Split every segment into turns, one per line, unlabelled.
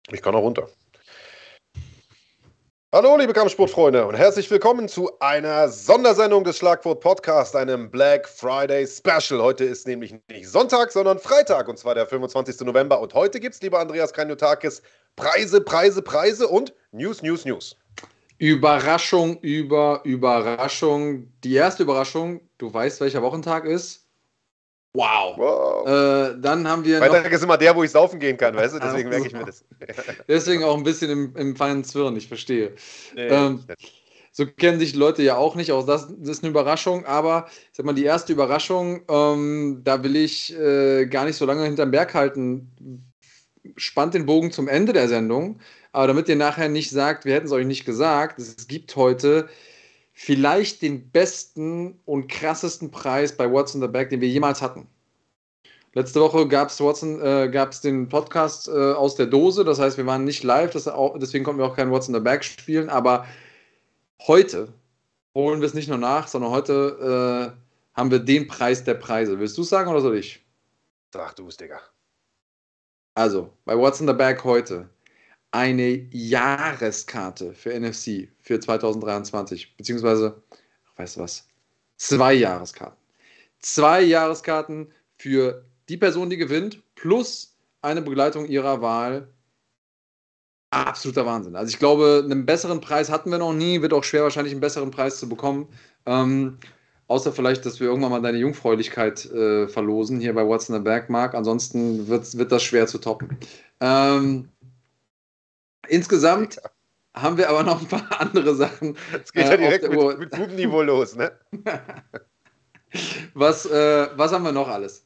Ich kann auch runter. Hallo, liebe Kampfsportfreunde und herzlich willkommen zu einer Sondersendung des Schlagwort Podcast, einem Black Friday Special. Heute ist nämlich nicht Sonntag, sondern Freitag, und zwar der 25. November. Und heute gibt es, lieber Andreas Kanyotakis, Preise und News.
Überraschung über Überraschung. Die erste Überraschung, du weißt, welcher Wochentag ist? Wow.
Wow.
Dann haben wir noch.
Freitag ist immer der, wo ich saufen gehen kann, weißt du? Deswegen merke ich mir das.
Deswegen auch ein bisschen im feinen Zwirn, ich verstehe.
Nee,
Ähm, so kennen sich die Leute ja auch nicht. Auch das ist eine Überraschung, aber ich sag mal, die erste Überraschung, da will ich gar nicht so lange hinterm Berg halten. Spannt den Bogen zum Ende der Sendung. Aber damit ihr nachher nicht sagt, wir hätten es euch nicht gesagt, es gibt heute vielleicht den besten und krassesten Preis bei What's in the Bag, den wir jemals hatten. Letzte Woche gab es den Podcast aus der Dose, das heißt, wir waren nicht live, deswegen konnten wir auch kein What's in the Bag spielen, aber heute holen wir es nicht nur nach, sondern heute haben wir den Preis der Preise. Willst du es sagen oder soll ich?
Sag du es, Digga.
Also, bei What's in the Bag heute eine Jahreskarte für NFC für 2023, beziehungsweise, weißt du was, 2 Jahreskarten. 2 Jahreskarten für die Person, die gewinnt, plus eine Begleitung ihrer Wahl. Absoluter Wahnsinn. Also ich glaube, einen besseren Preis hatten wir noch nie, wird auch schwer wahrscheinlich einen besseren Preis zu bekommen. Außer vielleicht, dass wir irgendwann mal deine Jungfräulichkeit verlosen hier bei What's in the Bag, Mark. Ansonsten wird das schwer zu toppen. Insgesamt haben wir aber noch ein paar andere Sachen.
Es geht ja direkt mit Bubenniveau los, ne?
Was haben wir noch alles?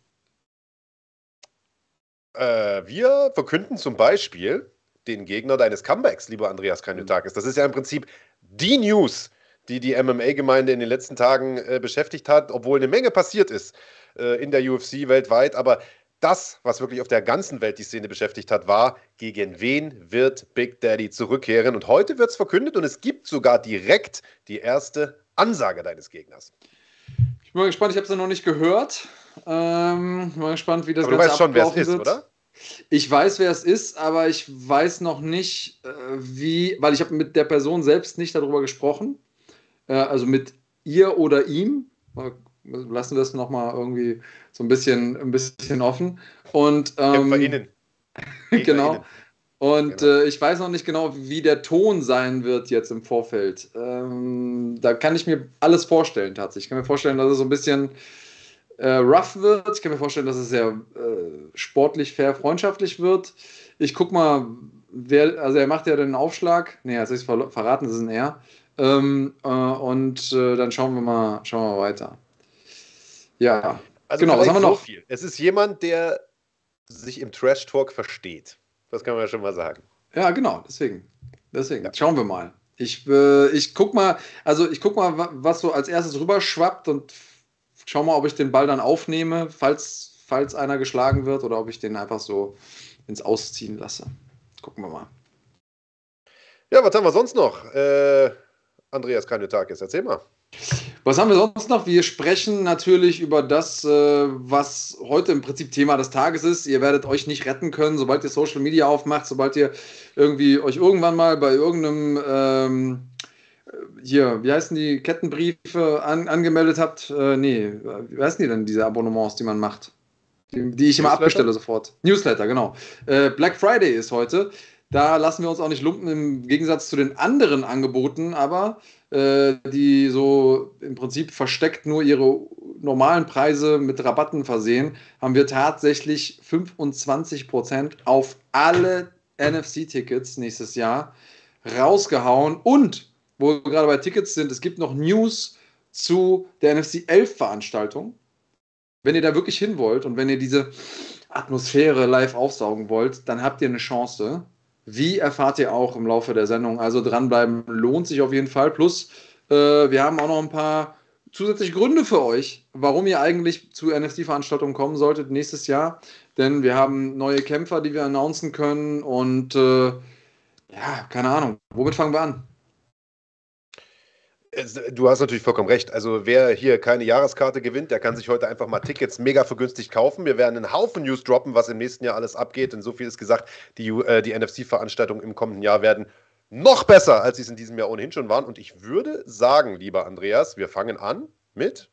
Wir verkünden zum Beispiel den Gegner deines Comebacks, lieber Andreas Kanyotakis. Das ist ja im Prinzip die News, die die MMA-Gemeinde in den letzten Tagen beschäftigt hat, obwohl eine Menge passiert ist in der UFC weltweit. Aber das, was wirklich auf der ganzen Welt die Szene beschäftigt hat, war, gegen wen wird Big Daddy zurückkehren? Und heute wird es verkündet und es gibt sogar direkt die erste Ansage deines Gegners.
Ich bin mal gespannt, ich habe es ja noch nicht gehört. Bin mal gespannt, wie das
aber
Ganze
du weißt schon, wer es
ablaufen
ist,
wird.
oder?
Ich weiß, wer es ist, aber ich weiß noch nicht, weil ich habe mit der Person selbst nicht darüber gesprochen. Also mit ihr oder ihm. Lassen wir das nochmal irgendwie so ein bisschen offen. Und
KämpferInnen.
genau. Und
Genau.
ich weiß noch nicht genau, wie der Ton sein wird jetzt im Vorfeld. Da kann ich mir alles vorstellen, tatsächlich. Ich kann mir vorstellen, dass es so ein bisschen rough wird. Ich kann mir vorstellen, dass es sehr sportlich, fair, freundschaftlich wird. Ich guck mal, also er macht ja den Aufschlag. Nee, jetzt ist es verraten, das ist ein R. Dann schauen wir mal weiter. Ja,
Also
genau, was haben
vielleicht
wir
so
noch?
viel. Es ist jemand, der sich im Trash-Talk versteht. Das kann man ja schon mal sagen.
Ja, genau, deswegen.
Ja.
Schauen wir mal. Ich guck mal, was so als erstes rüberschwappt und schau mal, ob ich den Ball dann aufnehme, falls einer geschlagen wird, oder ob ich den einfach so ins Ausziehen lasse. Gucken wir mal.
Ja, was haben wir sonst noch? Andreas Kanyotakis, erzähl mal.
Was haben wir sonst noch? Wir sprechen natürlich über das, was heute im Prinzip Thema des Tages ist. Ihr werdet euch nicht retten können, sobald ihr Social Media aufmacht, sobald ihr euch irgendwann mal bei irgendeinem hier, wie heißen die Kettenbriefe angemeldet habt? Nee, wie heißen die denn, diese Abonnements, die man macht? Die ich immer abbestelle sofort. Newsletter, genau. Black Friday ist heute. Da lassen wir uns auch nicht lumpen im Gegensatz zu den anderen Angeboten, aber die so im Prinzip versteckt nur ihre normalen Preise mit Rabatten versehen, haben wir tatsächlich 25% auf alle NFC-Tickets nächstes Jahr rausgehauen. Und wo wir gerade bei Tickets sind, es gibt noch News zu der NFC 11 Veranstaltung. Wenn ihr da wirklich hin wollt und wenn ihr diese Atmosphäre live aufsaugen wollt, dann habt ihr eine Chance. Wie erfahrt ihr auch im Laufe der Sendung? Also dranbleiben lohnt sich auf jeden Fall. Plus, wir haben auch noch ein paar zusätzliche Gründe für euch, warum ihr eigentlich zu NFC-Veranstaltungen kommen solltet nächstes Jahr. Denn wir haben neue Kämpfer, die wir announcen können. Und ja, keine Ahnung. Womit fangen wir an?
Du hast natürlich vollkommen recht. Also wer hier keine Jahreskarte gewinnt, der kann sich heute einfach mal Tickets mega vergünstigt kaufen. Wir werden einen Haufen News droppen, was im nächsten Jahr alles abgeht. Denn so viel ist gesagt, die NFC-Veranstaltungen im kommenden Jahr werden noch besser, als sie es in diesem Jahr ohnehin schon waren. Und ich würde sagen, lieber Andreas, wir fangen an mit...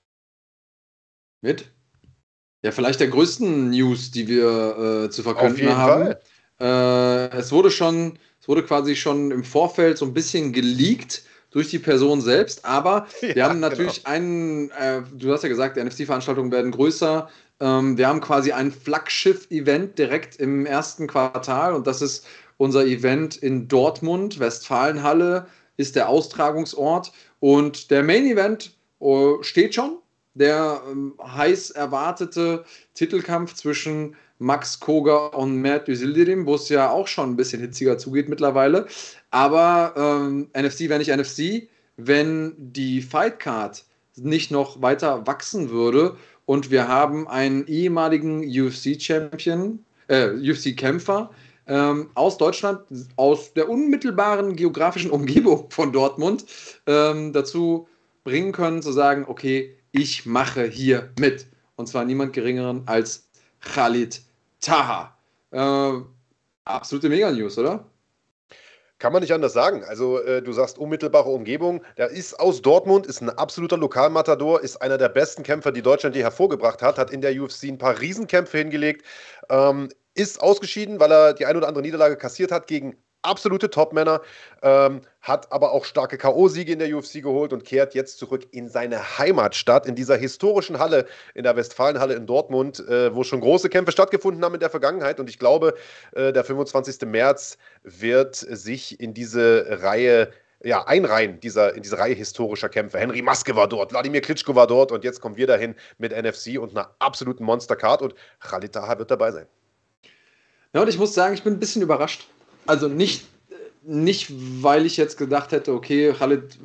Mit? Ja, vielleicht der größten News, die wir zu verkünden haben. Es wurde quasi schon im Vorfeld so ein bisschen geleakt durch die Person selbst, aber wir haben natürlich du hast ja gesagt, die NFC-Veranstaltungen werden größer. Wir haben quasi ein Flaggschiff-Event direkt im ersten Quartal und das ist unser Event in Dortmund. Westfalenhalle ist der Austragungsort und der Main-Event steht schon. Der heiß erwartete Titelkampf zwischen Max Koga und Mert Yildirim, wo es ja auch schon ein bisschen hitziger zugeht mittlerweile. Aber NFC wäre nicht NFC, wenn die Fightcard nicht noch weiter wachsen würde. Und wir haben einen ehemaligen UFC-Champion, UFC-Kämpfer aus Deutschland, aus der unmittelbaren geografischen Umgebung von Dortmund, dazu bringen können, zu sagen, okay, ich mache hier mit. Und zwar niemand geringeren als Khalid Taha. Absolute Mega-News, oder?
Kann man nicht anders sagen. Also du sagst unmittelbare Umgebung. Der ist aus Dortmund, ist ein absoluter Lokalmatador, ist einer der besten Kämpfer, die Deutschland je hervorgebracht hat in der UFC ein paar Riesenkämpfe hingelegt, ist ausgeschieden, weil er die ein oder andere Niederlage kassiert hat gegen absolute Topmänner, hat aber auch starke K.O.-Siege in der UFC geholt und kehrt jetzt zurück in seine Heimatstadt, in dieser historischen Halle, in der Westfalenhalle in Dortmund, wo schon große Kämpfe stattgefunden haben in der Vergangenheit. Und ich glaube, der 25. März wird sich in diese Reihe einreihen, in diese Reihe historischer Kämpfe. Henry Maske war dort, Wladimir Klitschko war dort und jetzt kommen wir dahin mit NFC und einer absoluten Monster-Card und Khalid Taha wird dabei sein.
Ja, und ich muss sagen, ich bin ein bisschen überrascht. Also nicht, weil ich jetzt gedacht hätte, okay, Khalid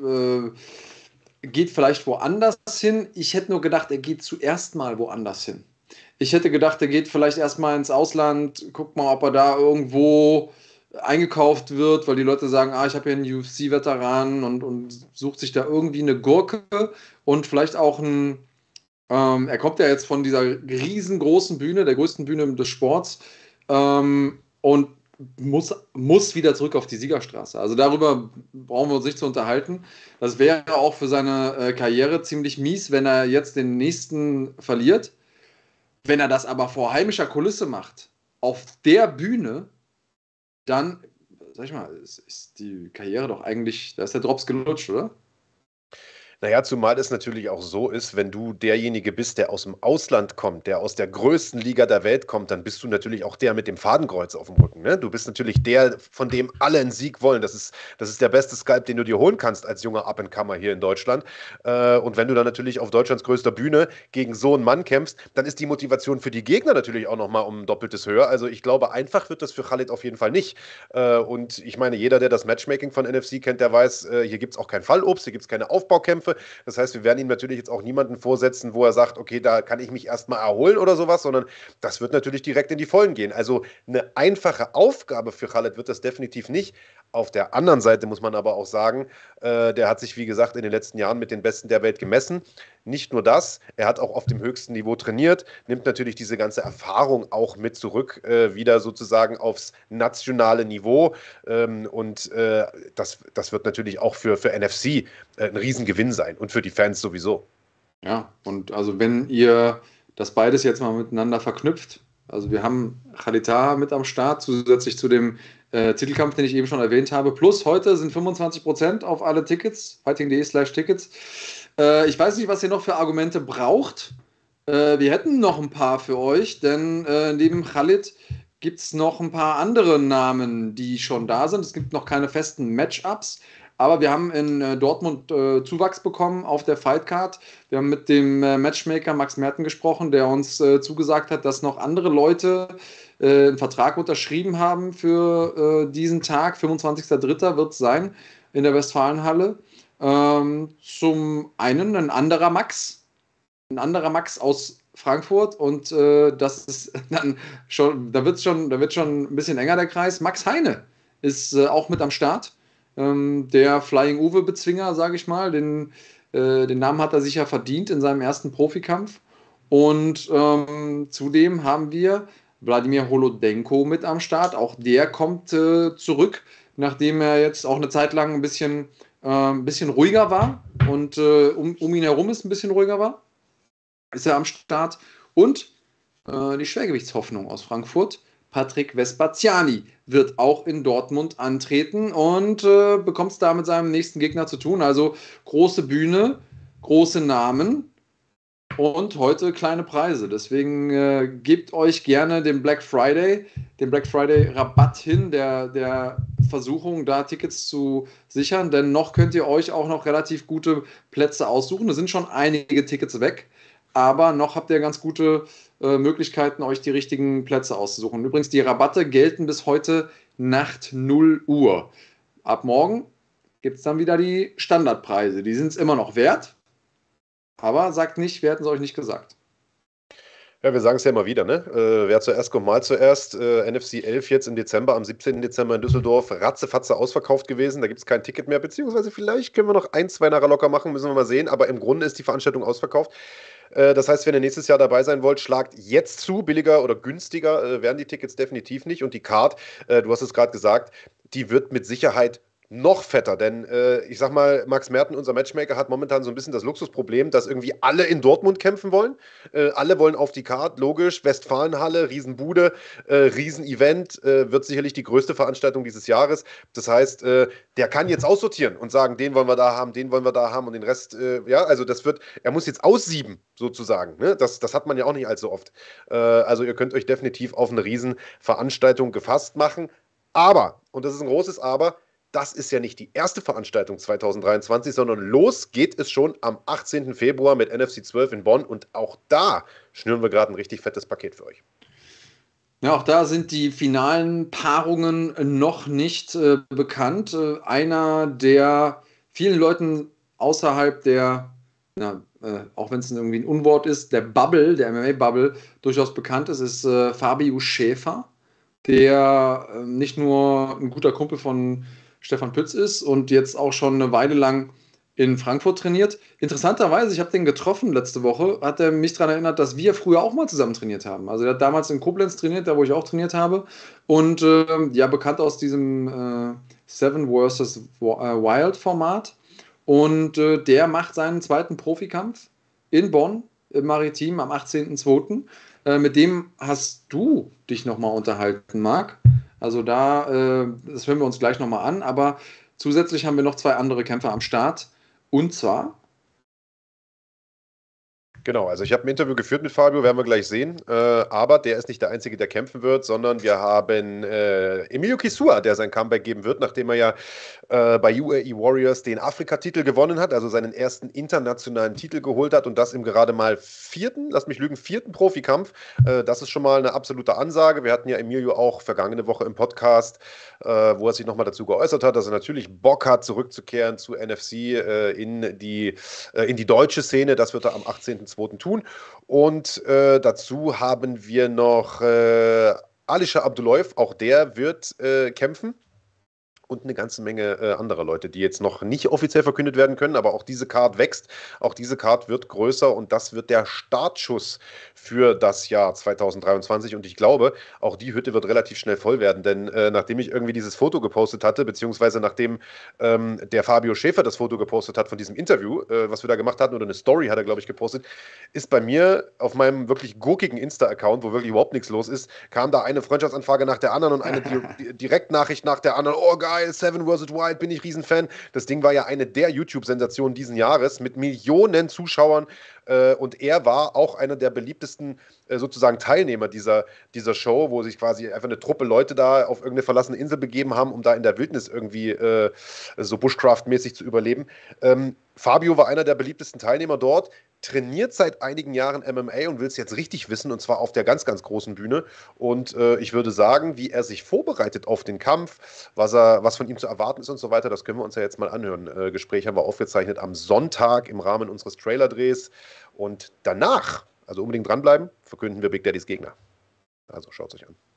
geht vielleicht woanders hin. Ich hätte nur gedacht, er geht zuerst mal woanders hin. Ich hätte gedacht, er geht vielleicht erstmal ins Ausland, guckt mal, ob er da irgendwo eingekauft wird, weil die Leute sagen, ich habe hier einen UFC-Veteran und sucht sich da irgendwie eine Gurke und vielleicht auch er kommt ja jetzt von dieser riesengroßen Bühne, der größten Bühne des Sports, und muss wieder zurück auf die Siegerstraße. Also darüber brauchen wir uns nicht zu unterhalten. Das wäre auch für seine Karriere ziemlich mies, wenn er jetzt den nächsten verliert. Wenn er das aber vor heimischer Kulisse macht, auf der Bühne, dann, sag ich mal, ist die Karriere doch eigentlich, da ist der Drops gelutscht, oder?
Naja, zumal es natürlich auch so ist, wenn du derjenige bist, der aus dem Ausland kommt, der aus der größten Liga der Welt kommt, dann bist du natürlich auch der mit dem Fadenkreuz auf dem Rücken. Ne? Du bist natürlich der, von dem alle einen Sieg wollen. Das ist der beste Skalp, den du dir holen kannst als junger Up-and-Comer hier in Deutschland. Und wenn du dann natürlich auf Deutschlands größter Bühne gegen so einen Mann kämpfst, dann ist die Motivation für die Gegner natürlich auch nochmal um ein Doppeltes höher. Also ich glaube, einfach wird das für Khalid auf jeden Fall nicht. Und ich meine, jeder, der das Matchmaking von NFC kennt, der weiß, hier gibt es auch kein Fallobst, hier gibt es keine Aufbaukämpfe. Das heißt, wir werden ihm natürlich jetzt auch niemanden vorsetzen, wo er sagt, okay, da kann ich mich erstmal erholen oder sowas, sondern das wird natürlich direkt in die Vollen gehen. Also eine einfache Aufgabe für Khalid wird das definitiv nicht. Auf der anderen Seite muss man aber auch sagen, der hat sich, wie gesagt, in den letzten Jahren mit den Besten der Welt gemessen. Nicht nur das, er hat auch auf dem höchsten Niveau trainiert, nimmt natürlich diese ganze Erfahrung auch mit zurück, wieder sozusagen aufs nationale Niveau. Das wird natürlich auch für NFC ein Riesengewinn sein und für die Fans sowieso.
Ja, und also wenn ihr das beides jetzt mal miteinander verknüpft, also wir haben Khalid Taha mit am Start, zusätzlich zu dem Titelkampf, den ich eben schon erwähnt habe. Plus heute sind 25% auf alle Tickets, fighting.de/Tickets. Ich weiß nicht, was ihr noch für Argumente braucht. Wir hätten noch ein paar für euch, denn neben Khalid gibt es noch ein paar andere Namen, die schon da sind. Es gibt noch keine festen Matchups, aber wir haben in Dortmund Zuwachs bekommen auf der Fightcard. Wir haben mit dem Matchmaker Max Merten gesprochen, der uns zugesagt hat, dass noch andere Leute einen Vertrag unterschrieben haben für diesen Tag. 25.03. wird es sein in der Westfalenhalle. Zum einen ein anderer Max aus Frankfurt und das ist dann schon, da wird schon ein bisschen enger der Kreis. Max Heine ist auch mit am Start. Der Flying Uwe-Bezwinger, sage ich mal. Den Namen hat er sich ja verdient in seinem ersten Profikampf. Und zudem haben wir Wladimir Holodenko mit am Start. Auch der kommt zurück, nachdem er jetzt auch eine Zeit lang ein bisschen ruhiger war und um ihn herum ist ein bisschen ruhiger war, ist er am Start. Und die Schwergewichtshoffnung aus Frankfurt, Patrick Vespaziani, wird auch in Dortmund antreten und bekommt es da mit seinem nächsten Gegner zu tun. Also große Bühne, große Namen und heute kleine Preise. Deswegen gebt euch gerne den Black Friday Rabatt hin, der Versuchung, da Tickets zu sichern, denn noch könnt ihr euch auch noch relativ gute Plätze aussuchen. Es sind schon einige Tickets weg, aber noch habt ihr ganz gute Möglichkeiten, euch die richtigen Plätze auszusuchen. Übrigens, die Rabatte gelten bis heute Nacht 0 Uhr. Ab morgen gibt es dann wieder die Standardpreise. Die sind es immer noch wert, aber sagt nicht, wir hätten es euch nicht gesagt.
Ja, wir sagen es ja immer wieder, ne? Wer zuerst kommt, mal zuerst. NFC 11 jetzt im Dezember, am 17. Dezember in Düsseldorf, ratzefatze ausverkauft gewesen. Da gibt es kein Ticket mehr, beziehungsweise vielleicht können wir noch 1, 2 nachher locker machen, müssen wir mal sehen. Aber im Grunde ist die Veranstaltung ausverkauft. Das heißt, wenn ihr nächstes Jahr dabei sein wollt, schlagt jetzt zu. Billiger oder günstiger werden die Tickets definitiv nicht. Und die Card, du hast es gerade gesagt, die wird mit Sicherheit noch fetter, denn ich sag mal, Max Merten, unser Matchmaker, hat momentan so ein bisschen das Luxusproblem, dass irgendwie alle in Dortmund kämpfen wollen. Alle wollen auf die Card, logisch. Westfalenhalle, Riesenbude, Riesenevent, wird sicherlich die größte Veranstaltung dieses Jahres. Das heißt, der kann jetzt aussortieren und sagen, den wollen wir da haben, den wollen wir da haben und den Rest, ja, also er muss jetzt aussieben, sozusagen. Ne? Das hat man ja auch nicht allzu oft. Also ihr könnt euch definitiv auf eine Riesenveranstaltung gefasst machen. Aber, und das ist ein großes Aber, das ist ja nicht die erste Veranstaltung 2023, sondern los geht es schon am 18. Februar mit NFC 12 in Bonn und auch da schnüren wir gerade ein richtig fettes Paket für euch.
Ja, auch da sind die finalen Paarungen noch nicht bekannt. Einer, der vielen Leuten außerhalb der, ja, auch wenn es irgendwie ein Unwort ist, der Bubble, der MMA-Bubble, durchaus bekannt ist Fabio Schäfer, der nicht nur ein guter Kumpel von Stefan Pütz ist und jetzt auch schon eine Weile lang in Frankfurt trainiert. Interessanterweise, ich habe den getroffen letzte Woche, hat er mich daran erinnert, dass wir früher auch mal zusammen trainiert haben. Also er hat damals in Koblenz trainiert, da wo ich auch trainiert habe. Und ja, bekannt aus diesem Seven vs. Wild Format. Und der macht seinen zweiten Profikampf in Bonn im Maritim am 18.02. Mit dem hast du dich nochmal unterhalten, Marc. Also das hören wir uns gleich nochmal an. Aber zusätzlich haben wir noch 2 andere Kämpfer am Start. Und zwar.
Genau, also ich habe ein Interview geführt mit Fabio, werden wir gleich sehen. Aber der ist nicht der Einzige, der kämpfen wird, sondern wir haben Emilio Kisua, der sein Comeback geben wird, nachdem er ja bei UAE Warriors den Afrika-Titel gewonnen hat, also seinen ersten internationalen Titel geholt hat und das im gerade mal vierten Profikampf. Das ist schon mal eine absolute Ansage. Wir hatten ja Emilio auch vergangene Woche im Podcast, wo er sich nochmal dazu geäußert hat, dass er natürlich Bock hat, zurückzukehren zu NFC in die deutsche Szene. Das wird er am 18.02. tun. Und dazu haben wir noch Alisher Abdullaev, auch der wird kämpfen. Und eine ganze Menge anderer Leute, die jetzt noch nicht offiziell verkündet werden können, aber auch diese Card wächst, auch diese Card wird größer und das wird der Startschuss für das Jahr 2023 und ich glaube, auch die Hütte wird relativ schnell voll werden, denn nachdem ich irgendwie dieses Foto gepostet hatte, beziehungsweise nachdem der Fabio Schäfer das Foto gepostet hat von diesem Interview, was wir da gemacht hatten, oder eine Story hat er, glaube ich, gepostet, ist bei mir auf meinem wirklich gurkigen Insta-Account, wo wirklich überhaupt nichts los ist, kam da eine Freundschaftsanfrage nach der anderen und eine Direktnachricht nach der anderen, oh geil, Seven vs. Wild, bin ich Riesenfan. Das Ding war ja eine der YouTube-Sensationen diesen Jahres mit Millionen Zuschauern und er war auch einer der beliebtesten sozusagen Teilnehmer dieser Show, wo sich quasi einfach eine Truppe Leute da auf irgendeine verlassene Insel begeben haben, um da in der Wildnis irgendwie so Bushcraft-mäßig zu überleben. Fabio war einer der beliebtesten Teilnehmer dort, trainiert seit einigen Jahren MMA und will es jetzt richtig wissen, und zwar auf der ganz, ganz großen Bühne. Und ich würde sagen, wie er sich vorbereitet auf den Kampf, was von ihm zu erwarten ist und so weiter, das können wir uns ja jetzt mal anhören. Gespräch haben wir aufgezeichnet am Sonntag im Rahmen unseres Trailer-Drehs. Und danach, also unbedingt dranbleiben, verkünden wir Big Daddys Gegner. Also schaut es euch an.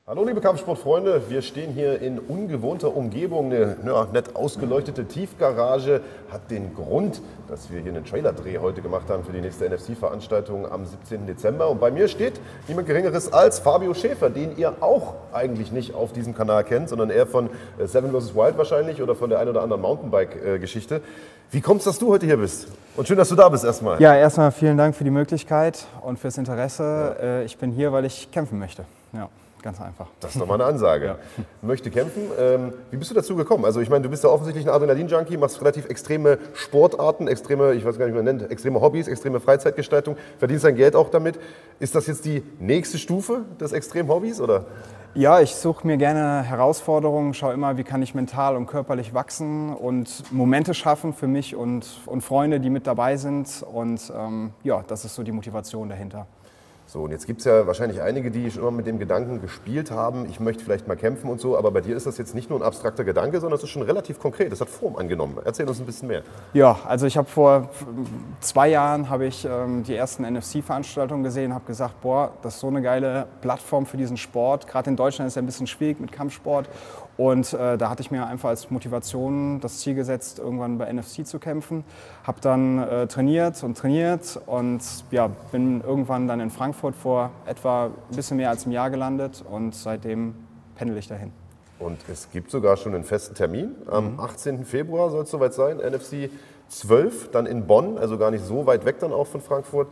Hallo liebe Kampfsportfreunde, wir stehen hier in ungewohnter Umgebung, eine nett ausgeleuchtete Tiefgarage. Hat den Grund, dass wir hier einen Trailer-Dreh heute gemacht haben für die nächste NFC-Veranstaltung am 17. Dezember. Und bei mir steht niemand Geringeres als Fabio Schäfer, den ihr auch eigentlich nicht auf diesem Kanal kennt, sondern eher von Seven vs. Wild wahrscheinlich oder von der ein oder anderen Mountainbike-Geschichte. Wie kommst du, dass du heute hier bist? Und schön, dass du da bist erstmal.
Ja, erstmal vielen Dank für die Möglichkeit und fürs Interesse. Ja. Ich bin hier, weil ich kämpfen möchte. Ja. Ganz einfach.
Das ist doch mal eine Ansage. Ja. Möchte kämpfen. Wie bist du dazu gekommen? Also ich meine, du bist ja offensichtlich ein Adrenalin-Junkie, machst relativ extreme Sportarten, extreme, ich weiß gar nicht, wie man nennt, extreme Hobbys, extreme Freizeitgestaltung, verdienst dein Geld auch damit. Ist das jetzt die nächste Stufe des Extrem-Hobbys, oder?
Ja, ich suche mir gerne Herausforderungen, schaue immer, wie kann ich mental und körperlich wachsen und Momente schaffen für mich und Freunde, die mit dabei sind. Und ja, das ist so die Motivation dahinter.
So, und jetzt gibt es ja wahrscheinlich einige, die schon immer mit dem Gedanken gespielt haben, ich möchte vielleicht mal kämpfen und so, aber bei dir ist das jetzt nicht nur ein abstrakter Gedanke, sondern es ist schon relativ konkret, das hat Form angenommen. Erzähl uns ein bisschen mehr.
Ja, also ich habe vor 2 Jahren die ersten NFC-Veranstaltungen gesehen, habe gesagt, boah, das ist so eine geile Plattform für diesen Sport. Gerade in Deutschland ist es ja ein bisschen schwierig mit Kampfsport. Und da hatte ich mir einfach als Motivation das Ziel gesetzt, irgendwann bei NFC zu kämpfen. Habe dann trainiert und ja, bin irgendwann dann in Frankfurt vor etwa ein bisschen mehr als einem Jahr gelandet und seitdem pendel ich dahin.
Und es gibt sogar schon einen festen Termin. Am 18. Februar soll es soweit sein, NFC 12, dann in Bonn, also gar nicht so weit weg dann auch von Frankfurt.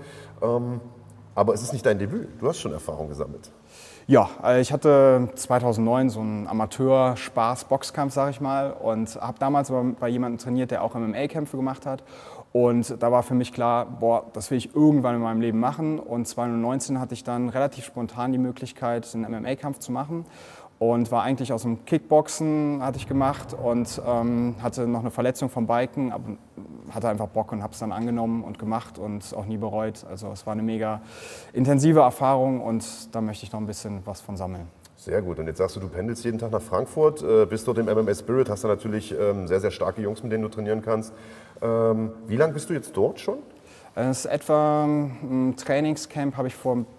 Aber es ist nicht dein Debüt, du hast schon Erfahrung gesammelt.
Ja, ich hatte 2009 so einen Amateur-Spaß-Boxkampf, sag ich mal, und habe damals bei jemandem trainiert, der auch MMA-Kämpfe gemacht hat. Und da war für mich klar, boah, das will ich irgendwann in meinem Leben machen. Und 2019 hatte ich dann relativ spontan die Möglichkeit, einen MMA-Kampf zu machen. Und war eigentlich aus dem Kickboxen, hatte ich gemacht und hatte noch eine Verletzung vom Biken, aber hatte einfach Bock und habe es dann angenommen und gemacht und auch nie bereut. Also es war eine mega intensive Erfahrung und da möchte ich noch ein bisschen was von sammeln.
Sehr gut. Und jetzt sagst du, du pendelst jeden Tag nach Frankfurt, bist dort im MMA Spirit, hast da natürlich sehr, sehr starke Jungs, mit denen du trainieren kannst. Wie lange bist du jetzt dort schon?
Es ist etwa ein Trainingscamp, habe ich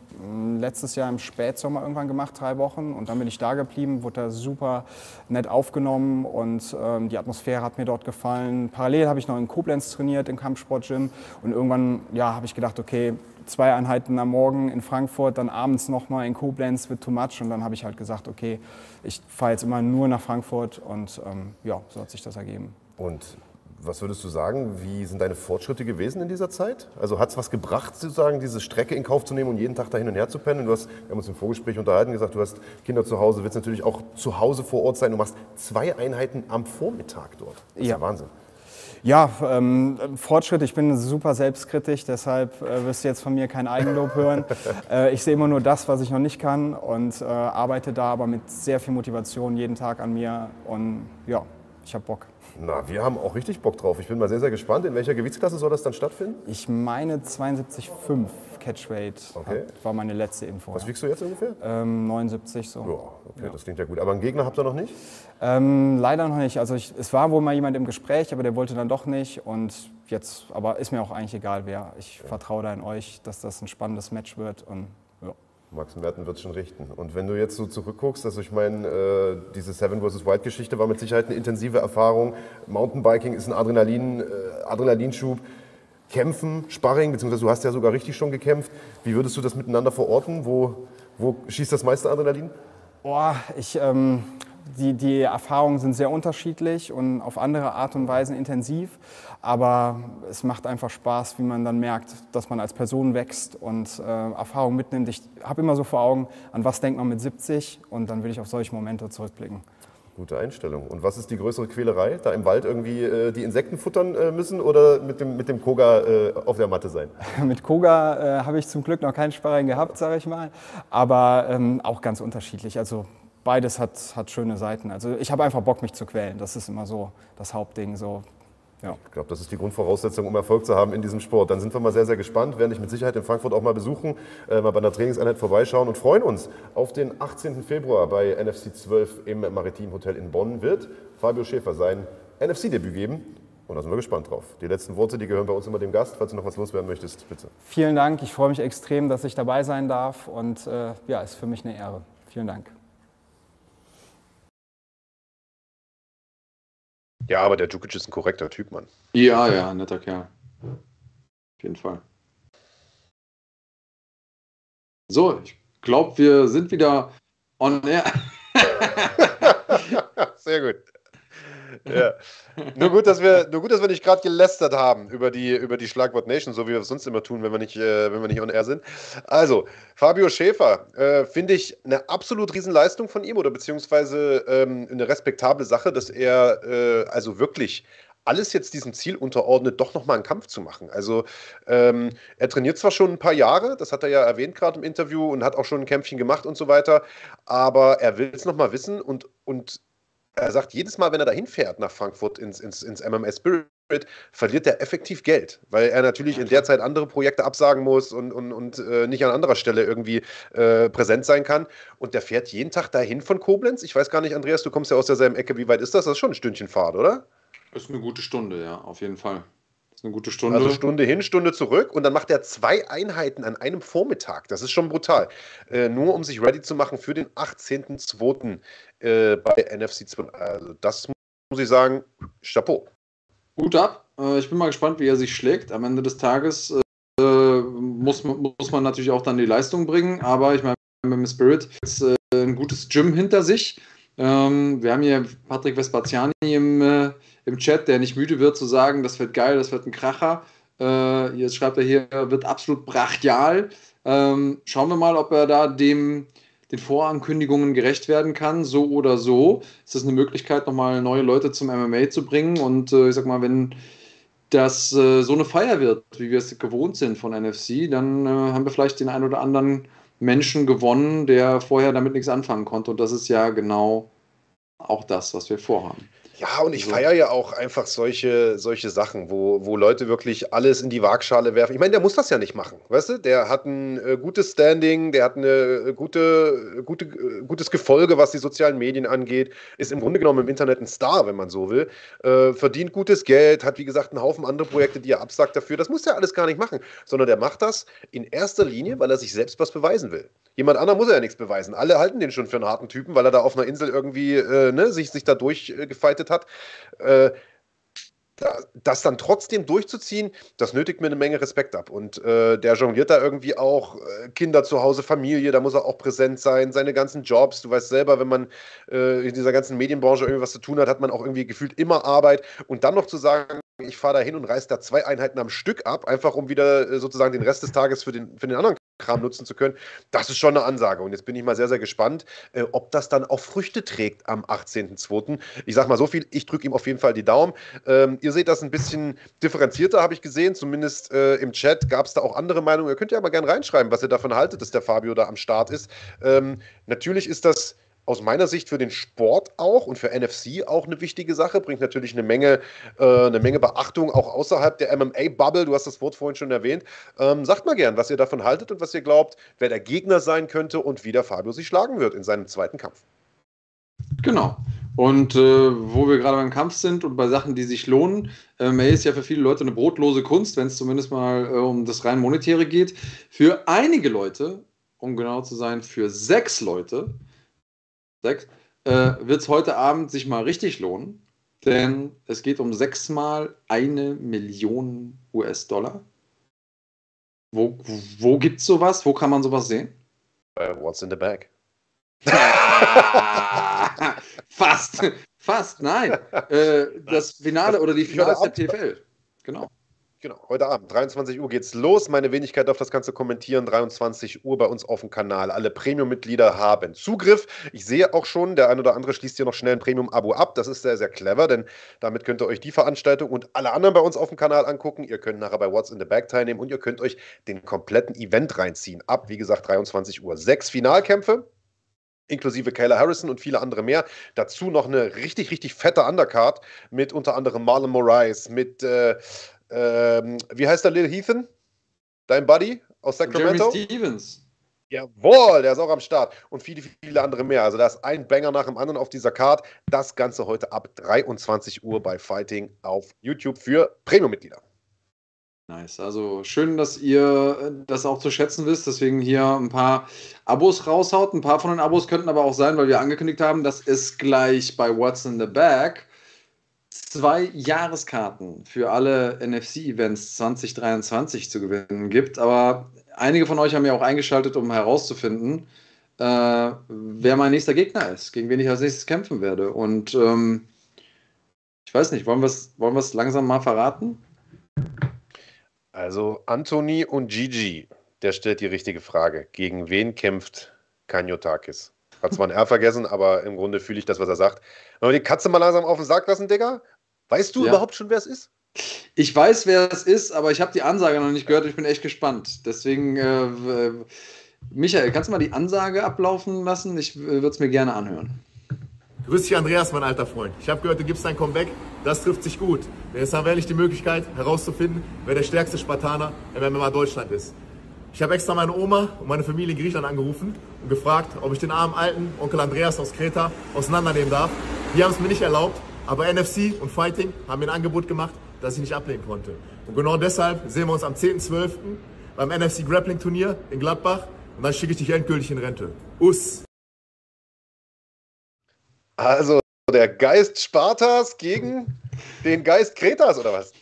letztes Jahr im Spätsommer irgendwann gemacht, 3 Wochen. Und dann bin ich da geblieben, wurde da super nett aufgenommen und die Atmosphäre hat mir dort gefallen. Parallel habe ich noch in Koblenz trainiert, im Kampfsportgym. Und irgendwann habe ich gedacht, okay, 2 Einheiten am Morgen in Frankfurt, dann abends nochmal in Koblenz wird too much. Und dann habe ich halt gesagt, okay, ich fahre jetzt immer nur nach Frankfurt und ja, so hat sich das ergeben.
Und was würdest du sagen, wie sind deine Fortschritte gewesen in dieser Zeit? Also hat es was gebracht, sozusagen diese Strecke in Kauf zu nehmen und jeden Tag da hin und her zu pendeln? Wir haben uns im Vorgespräch unterhalten, gesagt, du hast Kinder zu Hause, willst natürlich auch zu Hause vor Ort sein. Du machst 2 Einheiten am Vormittag dort. Das ist ja Wahnsinn.
Ja, Fortschritt, ich bin super selbstkritisch, deshalb wirst du jetzt von mir kein Eigenlob hören. Ich sehe immer nur das, was ich noch nicht kann und arbeite da aber mit sehr viel Motivation jeden Tag an mir und ja, ich habe Bock.
Na, wir haben auch richtig Bock drauf. Ich bin mal sehr, sehr gespannt. In welcher Gewichtsklasse soll das dann stattfinden?
Ich meine 72,5 Catchweight war meine letzte Info.
Was wiegst du jetzt ungefähr?
79 so.
Ja, okay, das klingt ja gut. Aber einen Gegner habt ihr noch nicht?
Leider noch nicht. Also es war wohl mal jemand im Gespräch, aber der wollte dann doch nicht. Und jetzt, aber ist mir auch eigentlich egal wer. Ich vertraue da in euch, dass das ein spannendes Match wird. Und ja.
Max Merten wird es schon richten. Und wenn du jetzt so zurückguckst, also ich meine, diese Seven vs. Wild Geschichte war mit Sicherheit eine intensive Erfahrung. Mountainbiking ist ein Adrenalinschub. Kämpfen, Sparring, beziehungsweise du hast ja sogar richtig schon gekämpft. Wie würdest du das miteinander verorten? Wo schießt das meiste Adrenalin?
Boah, die Erfahrungen sind sehr unterschiedlich und auf andere Art und Weise intensiv. Aber es macht einfach Spaß, wie man dann merkt, dass man als Person wächst und Erfahrung mitnimmt. Ich habe immer so vor Augen, an was denkt man mit 70 und dann will ich auf solche Momente zurückblicken.
Gute Einstellung. Und was ist die größere Quälerei? Da im Wald irgendwie die Insekten futtern müssen oder mit dem Koga auf der Matte sein?
Mit Koga habe ich zum Glück noch keinen Sparring gehabt, sage ich mal. Aber auch ganz unterschiedlich. Also beides hat schöne Seiten. Also ich habe einfach Bock, mich zu quälen. Das ist immer so das Hauptding. So. Ja.
Ich glaube, das ist die Grundvoraussetzung, um Erfolg zu haben in diesem Sport. Dann sind wir mal sehr, sehr gespannt, werden dich mit Sicherheit in Frankfurt auch mal besuchen, mal bei einer Trainingseinheit vorbeischauen und freuen uns auf den 18. Februar bei NFC 12 im Maritim Hotel in Bonn wird Fabio Schäfer sein NFC-Debüt geben. Und da sind wir gespannt drauf. Die letzten Worte, die gehören bei uns immer dem Gast. Falls du noch was loswerden möchtest, bitte.
Vielen Dank. Ich freue mich extrem, dass ich dabei sein darf und ja, ist für mich eine Ehre. Vielen Dank.
Ja, aber der Djukic ist ein korrekter Typ, Mann.
Ja, netter Kerl. Auf jeden Fall. So, ich glaube, wir sind wieder on air.
Sehr gut. Ja. Nur gut, dass wir nicht gerade gelästert haben über die Schlagwort Nation, so wie wir es sonst immer tun, wenn wir nicht on air sind. Also, Fabio Schäfer, finde ich eine absolut Riesenleistung von ihm oder beziehungsweise eine respektable Sache, dass er also wirklich alles jetzt diesem Ziel unterordnet, doch nochmal einen Kampf zu machen. Also er trainiert zwar schon ein paar Jahre, das hat er ja erwähnt gerade im Interview und hat auch schon ein Kämpfchen gemacht und so weiter, aber er will es nochmal wissen und er sagt, jedes Mal, wenn er da hinfährt nach Frankfurt ins MMA Spirit, verliert er effektiv Geld, weil er natürlich in der Zeit andere Projekte absagen muss und nicht an anderer Stelle irgendwie präsent sein kann. Und der fährt jeden Tag dahin von Koblenz. Ich weiß gar nicht, Andreas, du kommst ja aus derselben Ecke. Wie weit ist das? Das ist schon ein Stündchen Fahrt, oder?
Ist eine gute Stunde, ja, auf jeden Fall. Ist eine gute Stunde.
Also Stunde hin, Stunde zurück und dann macht er 2 Einheiten an einem Vormittag. Das ist schon brutal. Nur um sich ready zu machen für den 18.02. Bei NFC 2. Also das muss ich sagen, Chapeau.
Gut ab. Ich bin mal gespannt, wie er sich schlägt. Am Ende des Tages muss man natürlich auch dann die Leistung bringen. Aber ich meine, mit dem Spirit ist ein gutes Gym hinter sich. Wir haben hier Patrick Vespaziani im Chat, der nicht müde wird zu sagen, das wird geil, das wird ein Kracher. Jetzt schreibt er hier, wird absolut brachial. Schauen wir mal, ob er da den Vorankündigungen gerecht werden kann, so oder so. Ist das eine Möglichkeit, nochmal neue Leute zum MMA zu bringen? Und ich sag mal, wenn das so eine Feier wird, wie wir es gewohnt sind von NFC, dann haben wir vielleicht den einen oder anderen Menschen gewonnen, der vorher damit nichts anfangen konnte. Und das ist ja genau auch das, was wir vorhaben.
Ja, und ich feiere ja auch einfach solche Sachen, wo Leute wirklich alles in die Waagschale werfen. Ich meine, der muss das ja nicht machen, weißt du? Der hat ein gutes Standing, der hat eine gutes Gefolge, was die sozialen Medien angeht, ist im Grunde genommen im Internet ein Star, wenn man so will, verdient gutes Geld, hat wie gesagt einen Haufen andere Projekte, die er absagt dafür. Das muss er alles gar nicht machen, sondern der macht das in erster Linie, weil er sich selbst was beweisen will. Jemand anderem muss er ja nichts beweisen. Alle halten den schon für einen harten Typen, weil er da auf einer Insel irgendwie sich da durchgefeitet hat. Das dann trotzdem durchzuziehen, das nötigt mir eine Menge Respekt ab. Und der jongliert da irgendwie auch Kinder zu Hause, Familie, da muss er auch präsent sein, seine ganzen Jobs. Du weißt selber, wenn man in dieser ganzen Medienbranche irgendwie was zu tun hat, hat man auch irgendwie gefühlt immer Arbeit. Und dann noch zu sagen, ich fahre da hin und reiße da 2 Einheiten am Stück ab, einfach um wieder sozusagen den Rest des Tages für den anderen Kram nutzen zu können, das ist schon eine Ansage. Und jetzt bin ich mal sehr, sehr gespannt, ob das dann auch Früchte trägt am 18.02. Ich sag mal so viel, ich drücke ihm auf jeden Fall die Daumen. Ihr seht das ein bisschen differenzierter, habe ich gesehen. Zumindest im Chat gab es da auch andere Meinungen. Ihr könnt ja mal gerne reinschreiben, was ihr davon haltet, dass der Fabio da am Start ist. Natürlich ist das aus meiner Sicht für den Sport auch und für NFC auch eine wichtige Sache, bringt natürlich eine Menge Beachtung auch außerhalb der MMA-Bubble, du hast das Wort vorhin schon erwähnt. Sagt mal gern, was ihr davon haltet und was ihr glaubt, wer der Gegner sein könnte und wie der Fabio sich schlagen wird in seinem zweiten Kampf.
Genau. Und wo wir gerade beim Kampf sind und bei Sachen, die sich lohnen, MMA ist ja für viele Leute eine brotlose Kunst, wenn es zumindest mal um das rein Monetäre geht. Für einige Leute, um genau zu sein, für 6 Leute, wird es heute Abend sich mal richtig lohnen, denn es geht um 6 mal 1 Million US-Dollar. Wo gibt es sowas? Wo kann man sowas sehen?
What's in the bag?
Fast, nein. Das Finale oder die Finale der PFL.
Genau, heute Abend, 23 Uhr geht's los. Meine Wenigkeit darf das Ganze kommentieren. 23 Uhr bei uns auf dem Kanal. Alle Premium-Mitglieder haben Zugriff. Ich sehe auch schon, der ein oder andere schließt hier noch schnell ein Premium-Abo ab. Das ist sehr, sehr clever, denn damit könnt ihr euch die Veranstaltung und alle anderen bei uns auf dem Kanal angucken. Ihr könnt nachher bei What's in the Bag teilnehmen und ihr könnt euch den kompletten Event reinziehen. Ab, wie gesagt, 23 Uhr. 6 Finalkämpfe, inklusive Kayla Harrison und viele andere mehr. Dazu noch eine richtig, richtig fette Undercard mit unter anderem Marlon Moraes, mit wie heißt der Lil Heathen? Dein Buddy aus Sacramento?
Jeremy Stevens.
Jawohl, der ist auch am Start. Und viele, viele andere mehr. Also da ist ein Banger nach dem anderen auf dieser Card. Das Ganze heute ab 23 Uhr bei Fighting auf YouTube für Premium-Mitglieder.
Nice. Also schön, dass ihr das auch zu schätzen wisst. Deswegen hier ein paar Abos raushaut. Ein paar von den Abos könnten aber auch sein, weil wir angekündigt haben, dass es gleich bei What's in the Bag 2 Jahreskarten für alle NFC-Events 2023 zu gewinnen gibt. Aber einige von euch haben ja auch eingeschaltet, um herauszufinden, wer mein nächster Gegner ist, gegen wen ich als nächstes kämpfen werde. Und ich weiß nicht, wollen wir es langsam mal verraten?
Also Anthony und Gigi, der stellt die richtige Frage. Gegen wen kämpft Kanyotakis? Hat zwar ein R vergessen, aber im Grunde fühle ich das, was er sagt. Wollen wir die Katze mal langsam auf den Sack lassen, Digga? Weißt du überhaupt schon, wer es ist?
Ich weiß, wer es ist, aber ich habe die Ansage noch nicht gehört. Ich bin echt gespannt. Deswegen, Michael, kannst du mal die Ansage ablaufen lassen? Ich würde es mir gerne anhören.
Grüß dich, Andreas, mein alter Freund. Ich habe gehört, du gibst ein Comeback. Das trifft sich gut. Denn jetzt haben wir endlich die Möglichkeit, herauszufinden, wer der stärkste Spartaner im MMA Deutschland ist. Ich habe extra meine Oma und meine Familie in Griechenland angerufen und gefragt, ob ich den armen alten Onkel Andreas aus Kreta auseinandernehmen darf. Die haben es mir nicht erlaubt, aber NFC und Fighting haben mir ein Angebot gemacht, das ich nicht ablehnen konnte. Und genau deshalb sehen wir uns am 10.12. beim NFC Grappling Turnier in Gladbach und dann schicke ich dich endgültig in Rente. Us!
Also der Geist Spartas gegen den Geist Kretas, oder was?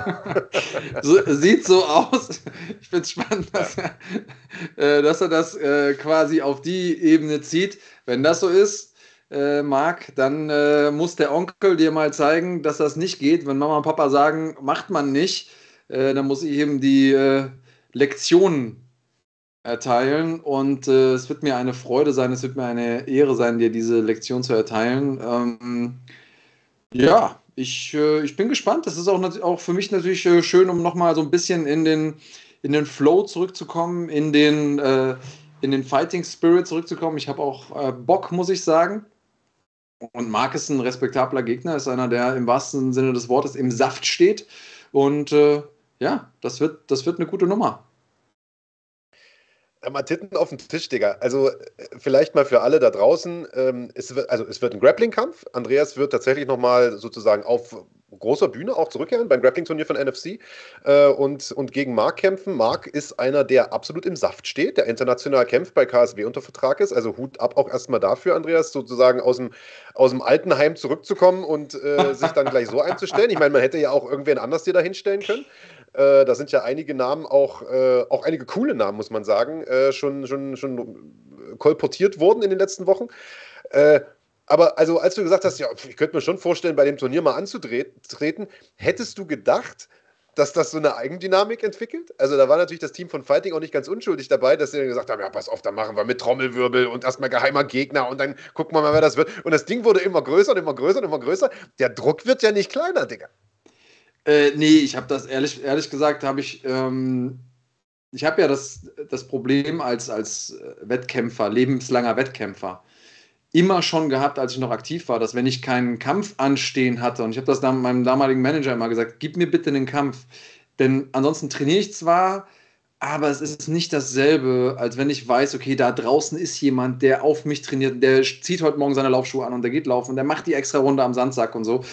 Sieht so aus. Ich finde es spannend, dass er das quasi auf die Ebene zieht. Wenn das so ist, Marc, dann muss der Onkel dir mal zeigen, dass das nicht geht. Wenn Mama und Papa sagen, macht man nicht, dann muss ich ihm die Lektionen erteilen und es wird mir eine Freude sein, es wird mir eine Ehre sein, dir diese Lektion zu erteilen. Ja, ich bin gespannt. Das ist auch für mich natürlich schön, um nochmal so ein bisschen in den Flow zurückzukommen, in den Fighting Spirit zurückzukommen. Ich habe auch Bock, muss ich sagen. Und Marc ist ein respektabler Gegner, ist einer, der im wahrsten Sinne des Wortes im Saft steht. Und ja, das wird eine gute Nummer.
Mal Titten auf den Tisch, Digga. Also vielleicht mal für alle da draußen. Es wird ein Grappling-Kampf. Andreas wird tatsächlich nochmal sozusagen auf großer Bühne auch zurückkehren beim Grappling-Turnier von NFC und gegen Marc kämpfen. Marc ist einer, der absolut im Saft steht, der international kämpft, bei KSW unter Vertrag ist. Also Hut ab auch erstmal dafür, Andreas, sozusagen aus dem Altenheim zurückzukommen und sich dann gleich so einzustellen. Ich meine, man hätte ja auch irgendwen anders dir da hinstellen können. Da sind ja einige Namen, auch einige coole Namen, muss man sagen, schon kolportiert worden in den letzten Wochen. Aber also, als du gesagt hast, ja, ich könnte mir schon vorstellen, bei dem Turnier mal anzutreten, hättest du gedacht, dass das so eine Eigendynamik entwickelt? Also da war natürlich das Team von Fighting auch nicht ganz unschuldig dabei, dass sie dann gesagt haben, ja, pass auf, dann machen wir mit Trommelwirbel und erstmal geheimer Gegner und dann gucken wir mal, wer das wird. Und das Ding wurde immer größer und immer größer und immer größer. Der Druck wird ja nicht kleiner, Digga.
Nee, ich habe das ehrlich gesagt, ich habe ja das Problem als Wettkämpfer, lebenslanger Wettkämpfer, immer schon gehabt, als ich noch aktiv war, dass wenn ich keinen Kampf anstehen hatte, und ich habe das dann meinem damaligen Manager immer gesagt, gib mir bitte einen Kampf, denn ansonsten trainiere ich zwar, aber es ist nicht dasselbe, als wenn ich weiß, okay, da draußen ist jemand, der auf mich trainiert, der zieht heute Morgen seine Laufschuhe an und der geht laufen und der macht die extra Runde am Sandsack und so.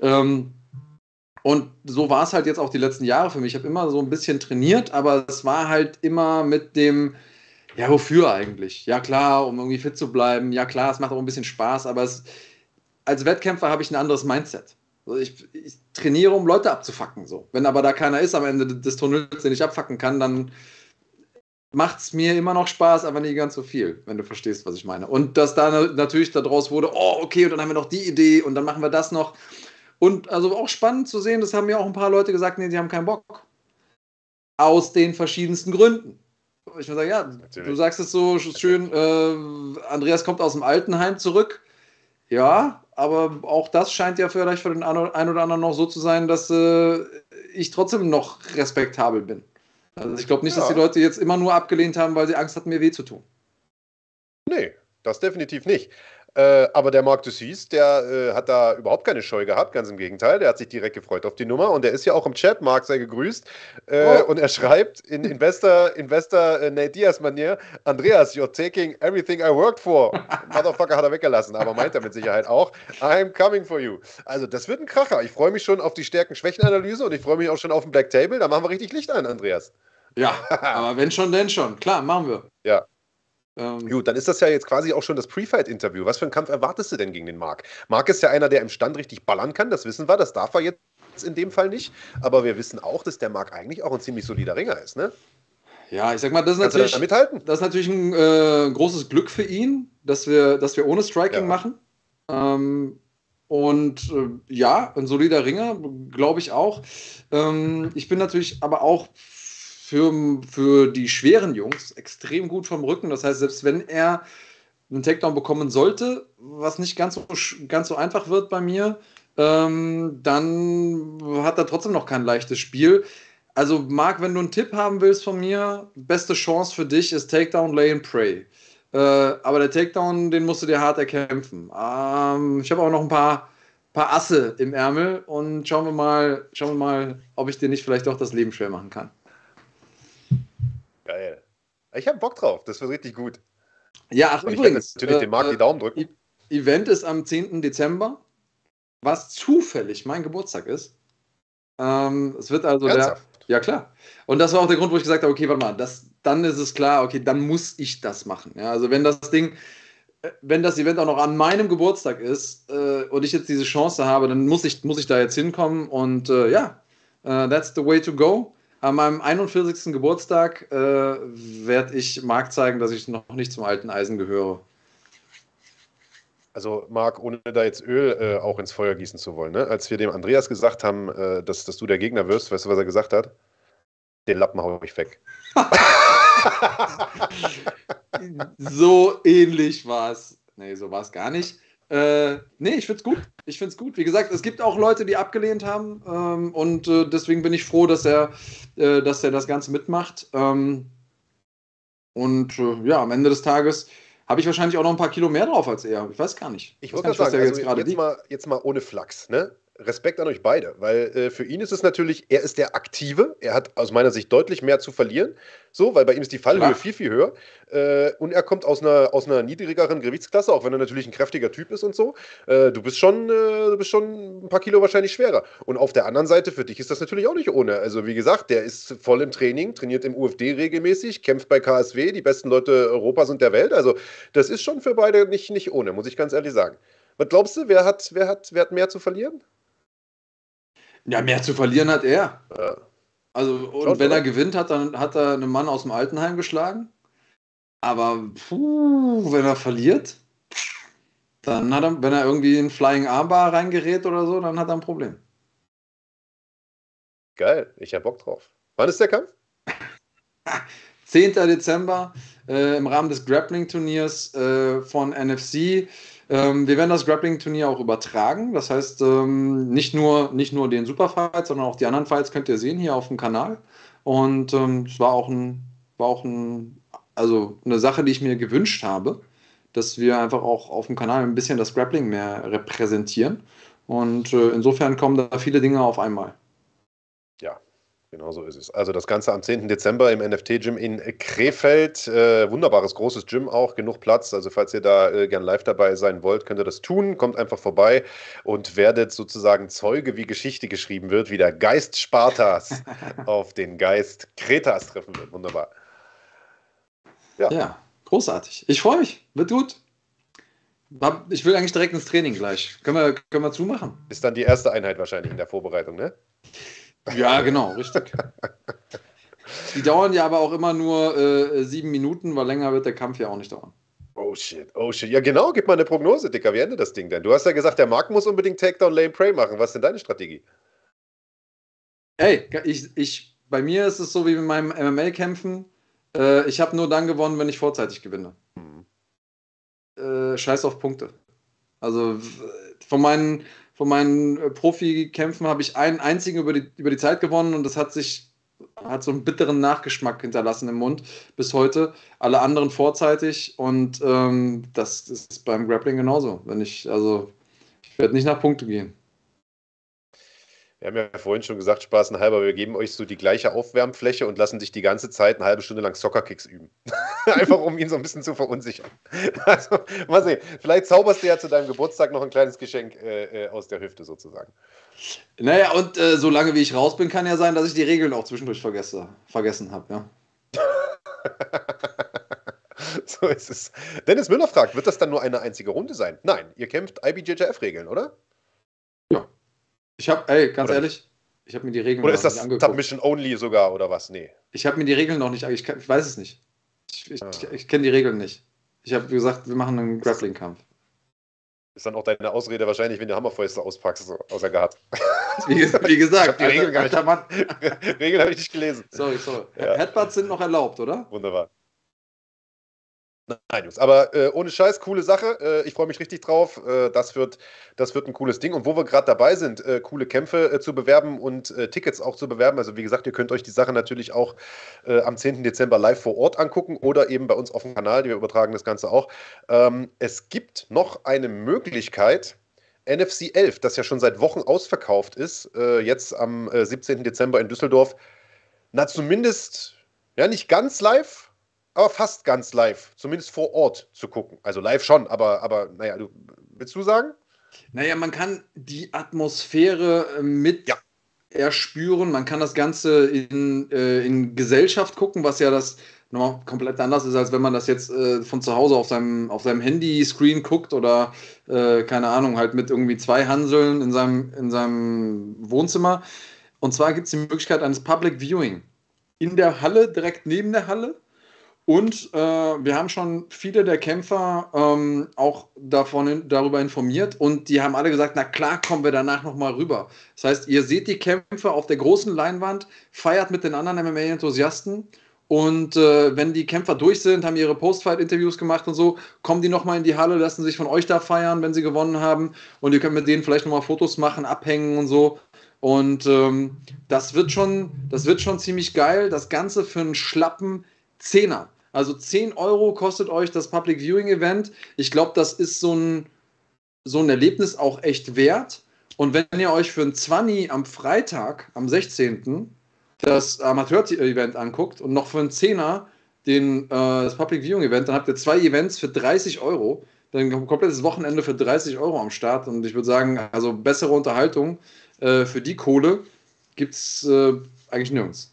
Und so war es halt jetzt auch die letzten Jahre für mich. Ich habe immer so ein bisschen trainiert, aber es war halt immer mit dem, ja, wofür eigentlich? Ja, klar, um irgendwie fit zu bleiben. Ja, klar, es macht auch ein bisschen Spaß, aber als Wettkämpfer habe ich ein anderes Mindset. Also ich trainiere, um Leute abzufacken. So. Wenn aber da keiner ist am Ende des Tunnels, den ich abfacken kann, dann macht es mir immer noch Spaß, aber nie ganz so viel, wenn du verstehst, was ich meine. Und dass da natürlich daraus wurde, oh, okay, und dann haben wir noch die Idee und dann machen wir das noch. Und also auch spannend zu sehen, das haben mir auch ein paar Leute gesagt, nee, die haben keinen Bock. Aus den verschiedensten Gründen. Ich würde sagen, ja, natürlich. Du sagst es so schön, Andreas kommt aus dem Altenheim zurück. Ja, aber auch das scheint ja vielleicht für den einen oder anderen noch so zu sein, dass ich trotzdem noch respektabel bin. Also ich glaube nicht, dass die Leute jetzt immer nur abgelehnt haben, weil sie Angst hatten, mir weh zu tun.
Nee, das definitiv nicht. Aber der Marc Dussuis, der hat da überhaupt keine Scheu gehabt, ganz im Gegenteil. Der hat sich direkt gefreut auf die Nummer und der ist ja auch im Chat, Marc sei gegrüßt. Und er schreibt in bester Nate Diaz-Manier, Andreas, you're taking everything I worked for. Motherfucker hat er weggelassen, aber meint er mit Sicherheit auch, I'm coming for you. Also das wird ein Kracher. Ich freue mich schon auf die Stärken-Schwächen-Analyse und ich freue mich auch schon auf den Black Table. Da machen wir richtig Licht ein, Andreas.
Ja, aber wenn schon, denn schon. Klar, machen wir.
Ja. Gut, dann ist das ja jetzt quasi auch schon das Pre-Fight-Interview. Was für einen Kampf erwartest du denn gegen den Marc? Marc ist ja einer, der im Stand richtig ballern kann, das wissen wir, das darf er jetzt in dem Fall nicht. Aber wir wissen auch, dass der Marc eigentlich auch ein ziemlich solider Ringer ist, ne?
Ja, ich sag mal, das ist
Kannst du da mithalten?
natürlich ein großes Glück für ihn, dass wir ohne Striking machen. Ja, ein solider Ringer, glaube ich auch. Ich bin natürlich aber auch für die schweren Jungs extrem gut vom Rücken. Das heißt, selbst wenn er einen Takedown bekommen sollte, was nicht ganz so einfach wird bei mir, dann hat er trotzdem noch kein leichtes Spiel. Also, Marc, wenn du einen Tipp haben willst von mir, beste Chance für dich ist Takedown, Lay and Pray. Aber der Takedown, den musst du dir hart erkämpfen. Ich habe auch noch ein paar Asse im Ärmel und schauen wir mal, ob ich dir nicht vielleicht doch das Leben schwer machen kann.
Geil. Ich habe Bock drauf, das wird richtig gut.
Ja, ach,
und
übrigens.
Ich werde natürlich dem Marc die Daumen drücken.
Event ist am 10. Dezember, was zufällig mein Geburtstag ist. Es wird also ja, klar. Und das war auch der Grund, wo ich gesagt habe, okay, warte mal, dann ist es klar, okay, dann muss ich das machen. Ja, also wenn das Event auch noch an meinem Geburtstag ist und ich jetzt diese Chance habe, dann muss ich da jetzt hinkommen und that's the way to go. An meinem 41. Geburtstag werde ich Marc zeigen, dass ich noch nicht zum alten Eisen gehöre.
Also Marc, ohne da jetzt Öl auch ins Feuer gießen zu wollen, ne? Als wir dem Andreas gesagt haben, dass du der Gegner wirst, weißt du, was er gesagt hat? Den Lappen hau ich weg.
So ähnlich war es. Nee, so war es gar nicht. Nee, ich find's gut. Wie gesagt, es gibt auch Leute, die abgelehnt haben und deswegen bin ich froh, dass er das Ganze mitmacht. Am Ende des Tages habe ich wahrscheinlich auch noch ein paar Kilo mehr drauf als er. Ich weiß gar nicht.
Ich wollte gerade sagen, jetzt mal ohne Flachs, ne? Respekt an euch beide, weil für ihn ist es natürlich, er ist der Aktive, er hat aus meiner Sicht deutlich mehr zu verlieren, so, weil bei ihm ist die Fallhöhe viel, viel höher und er kommt aus einer niedrigeren Gewichtsklasse, auch wenn er natürlich ein kräftiger Typ ist und so. Du bist schon ein paar Kilo wahrscheinlich schwerer. Und auf der anderen Seite, für dich ist das natürlich auch nicht ohne. Also wie gesagt, der ist voll im Training, trainiert im UFD regelmäßig, kämpft bei KSW, die besten Leute Europas und der Welt. Also das ist schon für beide nicht ohne, muss ich ganz ehrlich sagen. Was glaubst du, wer hat mehr zu verlieren?
Ja, mehr zu verlieren hat er.
Ja.
Also, und wenn er gewinnt, hat er einen Mann aus dem Altenheim geschlagen. Aber wenn er verliert, dann hat er, wenn er irgendwie in Flying Armbar reingerät oder so, dann hat er ein Problem.
Geil, ich hab Bock drauf. Wann ist der Kampf?
10. Dezember im Rahmen des Grappling-Turniers von NFC. Wir werden das Grappling-Turnier auch übertragen. Das heißt, nicht nur den Superfight, sondern auch die anderen Fights könnt ihr sehen hier auf dem Kanal. Und es war auch eine Sache, die ich mir gewünscht habe, dass wir einfach auch auf dem Kanal ein bisschen das Grappling mehr repräsentieren. Und insofern kommen da viele Dinge auf einmal.
Ja, genau so ist es. Also das Ganze am 10. Dezember im NFT-Gym in Krefeld. Wunderbares, großes Gym auch, genug Platz. Also falls ihr da gern live dabei sein wollt, könnt ihr das tun. Kommt einfach vorbei und werdet sozusagen Zeuge, wie Geschichte geschrieben wird, wie der Geist Spartas auf den Geist Kretas treffen wird. Wunderbar.
Ja, großartig. Ich freue mich. Wird gut. Ich will eigentlich direkt ins Training gleich. Können wir zumachen?
Ist dann die erste Einheit wahrscheinlich in der Vorbereitung, ne?
Ja, genau, richtig. Die dauern ja aber auch immer nur 7 Minuten, weil länger wird der Kampf ja auch nicht dauern.
Oh shit. Ja genau, gib mal eine Prognose, Dicker. Wie endet das Ding denn? Du hast ja gesagt, der Marc muss unbedingt Takedown, Lay and Pray machen. Was ist denn deine Strategie?
Ey, bei mir ist es so wie mit meinem MMA-Kämpfen. Ich habe nur dann gewonnen, wenn ich vorzeitig gewinne. Scheiß auf Punkte. Also von meinen Profi-Kämpfen habe ich einen einzigen über die Zeit gewonnen und das hat so einen bitteren Nachgeschmack hinterlassen im Mund bis heute. Alle anderen vorzeitig und das ist beim Grappling genauso. Ich werde nicht nach Punkte gehen.
Wir haben ja vorhin schon gesagt, spaßenhalber, wir geben euch so die gleiche Aufwärmfläche und lassen dich die ganze Zeit eine halbe Stunde lang Soccer-Kicks üben. Einfach um ihn so ein bisschen zu verunsichern. Also, mal sehen. Vielleicht zauberst du ja zu deinem Geburtstag noch ein kleines Geschenk aus der Hüfte sozusagen.
Naja, und solange wie ich raus bin, kann ja sein, dass ich die Regeln auch zwischendurch vergessen habe, ja.
So ist es. Dennis Müller fragt, wird das dann nur eine einzige Runde sein? Nein, ihr kämpft IBJJF-Regeln, oder?
Ja. Ganz
oder
ehrlich, ich habe mir die Regeln
oder
noch
ist das
nicht angeguckt.
Submission Only sogar, oder was? Nee.
Ich habe mir die Regeln noch nicht angeguckt. Ich weiß es nicht. Ich kenne die Regeln nicht. Ich habe gesagt, wir machen einen Grappling-Kampf.
Ist dann auch deine Ausrede wahrscheinlich, wenn du Hammerfäuste auspackst, so, außer Gehabt.
Wie gesagt,
die Regeln gar nicht.
Mann.
Regeln habe ich nicht gelesen.
Sorry.
Ja.
Headbutts sind noch erlaubt, oder?
Wunderbar. Nein, Jungs, aber ohne Scheiß, coole Sache. Ich freue mich richtig drauf. Das wird ein cooles Ding. Und wo wir gerade dabei sind, coole Kämpfe zu bewerben und Tickets auch zu bewerben. Also wie gesagt, ihr könnt euch die Sache natürlich auch am 10. Dezember live vor Ort angucken oder eben bei uns auf dem Kanal. Wir übertragen das Ganze auch. Es gibt noch eine Möglichkeit, NFC 11, das ja schon seit Wochen ausverkauft ist, jetzt am 17. Dezember in Düsseldorf, zumindest, ja nicht ganz live, aber fast ganz live, zumindest vor Ort zu gucken. Also live schon, aber naja, willst du sagen?
Naja, man kann die Atmosphäre erspüren, man kann das Ganze in Gesellschaft gucken, was ja das nochmal komplett anders ist, als wenn man das jetzt von zu Hause auf seinem Handy-Screen guckt oder, keine Ahnung, halt mit irgendwie 2 Hanseln in seinem Wohnzimmer. Und zwar gibt es die Möglichkeit eines Public Viewing in der Halle, direkt neben der Halle. Und wir haben schon viele der Kämpfer auch darüber informiert und die haben alle gesagt, na klar, kommen wir danach nochmal rüber. Das heißt, ihr seht die Kämpfe auf der großen Leinwand, feiert mit den anderen MMA-Enthusiasten und wenn die Kämpfer durch sind, haben ihre Post-Fight-Interviews gemacht und so, kommen die nochmal in die Halle, lassen sich von euch da feiern, wenn sie gewonnen haben und ihr könnt mit denen vielleicht nochmal Fotos machen, abhängen und so. Und das wird schon ziemlich geil. Das Ganze für einen schlappen Zehner. Also 10 € kostet euch das Public Viewing Event. Ich glaube, das ist so ein Erlebnis auch echt wert. Und wenn ihr euch für ein 20 am Freitag, am 16. das Amateur-Event anguckt und noch für einen 10er das Public Viewing Event, dann habt ihr 2 Events für 30 €. Dann ein komplettes Wochenende für 30 € am Start. Und ich würde sagen, also bessere Unterhaltung für die Kohle gibt es eigentlich nirgends.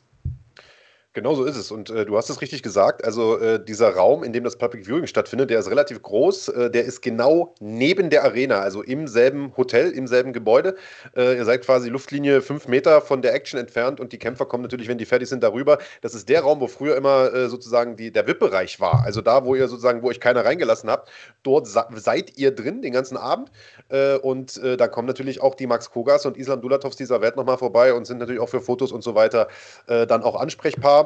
Genau so ist es. Und du hast es richtig gesagt. Also dieser Raum, in dem das Public Viewing stattfindet, der ist relativ groß. Der ist genau neben der Arena, also im selben Hotel, im selben Gebäude. Ihr seid quasi Luftlinie 5 Meter von der Action entfernt und die Kämpfer kommen natürlich, wenn die fertig sind, darüber. Das ist der Raum, wo früher immer sozusagen der VIP-Bereich war. Also da, wo euch keiner reingelassen habt. Dort seid ihr drin den ganzen Abend. Und da kommen natürlich auch die Max Kogas und Islam Dulatovs dieser Welt nochmal vorbei und sind natürlich auch für Fotos und so weiter dann auch ansprechbar.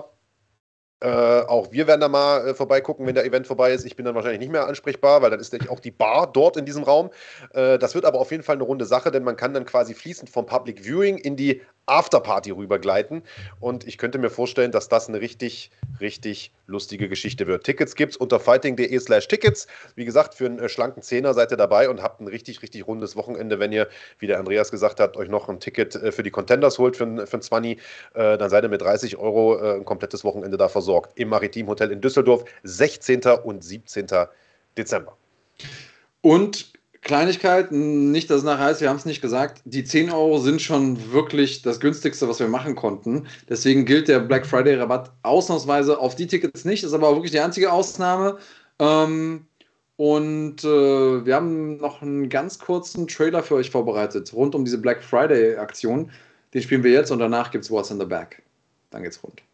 Auch wir werden da mal vorbeigucken, wenn der Event vorbei ist. Ich bin dann wahrscheinlich nicht mehr ansprechbar, weil dann ist nämlich auch die Bar dort in diesem Raum. Das wird aber auf jeden Fall eine runde Sache, denn man kann dann quasi fließend vom Public Viewing in die Afterparty rübergleiten. Und ich könnte mir vorstellen, dass das eine richtig, richtig lustige Geschichte wird. Tickets gibt's unter fighting.de/Tickets. Wie gesagt, für einen schlanken Zehner seid ihr dabei und habt ein richtig, richtig rundes Wochenende, wenn ihr, wie der Andreas gesagt hat, euch noch ein Ticket für die Contenders holt für ein 20. Dann seid ihr mit 30 € ein komplettes Wochenende da versorgt. Im Maritim Hotel in Düsseldorf, 16. und 17. Dezember.
Und Kleinigkeit, nicht, dass es nachher heißt, wir haben es nicht gesagt, die 10 € sind schon wirklich das günstigste, was wir machen konnten. Deswegen gilt der Black Friday Rabatt ausnahmsweise auf die Tickets nicht, ist aber auch wirklich die einzige Ausnahme. Wir haben noch einen ganz kurzen Trailer für euch vorbereitet, rund um diese Black Friday Aktion. Den spielen wir jetzt und danach gibt es What's in the Bag. Dann geht's rund.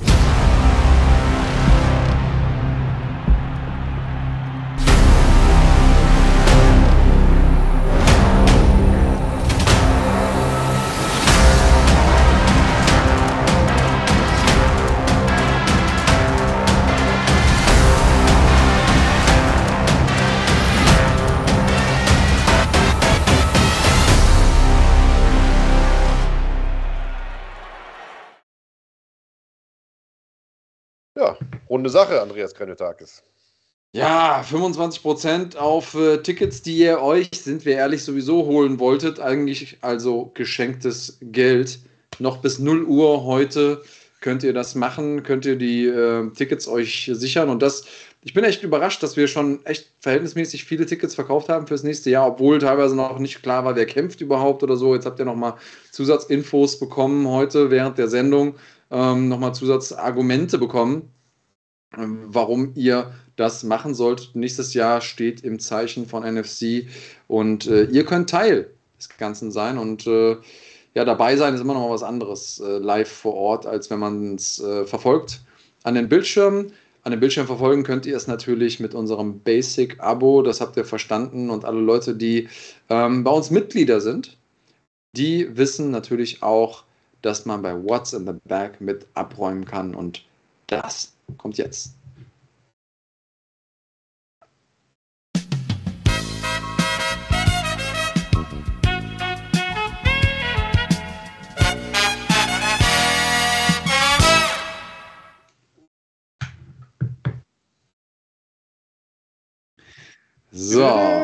Ja, runde Sache, Andreas Kranjotakis.
Ja, 25% auf Tickets, die ihr euch, sind wir ehrlich, sowieso holen wolltet. Eigentlich also geschenktes Geld. Noch bis 0 Uhr heute könnt ihr das machen, könnt ihr die Tickets euch sichern. Und ich bin echt überrascht, dass wir schon echt verhältnismäßig viele Tickets verkauft haben fürs nächste Jahr, obwohl teilweise noch nicht klar war, wer kämpft überhaupt oder so. Jetzt habt ihr nochmal Zusatzinfos bekommen heute während der Sendung, nochmal Zusatzargumente bekommen. warum ihr das machen solltet. Nächstes Jahr steht im Zeichen von NFC und ihr könnt Teil des Ganzen sein und ja, dabei sein ist immer noch mal was anderes live vor Ort, als wenn man es verfolgt an den Bildschirmen. An den Bildschirmen verfolgen könnt ihr es natürlich mit unserem Basic-Abo, das habt ihr verstanden, und alle Leute, die bei uns Mitglieder sind, die wissen natürlich auch, dass man bei What's in the Bag mit abräumen kann und das kommt jetzt. So.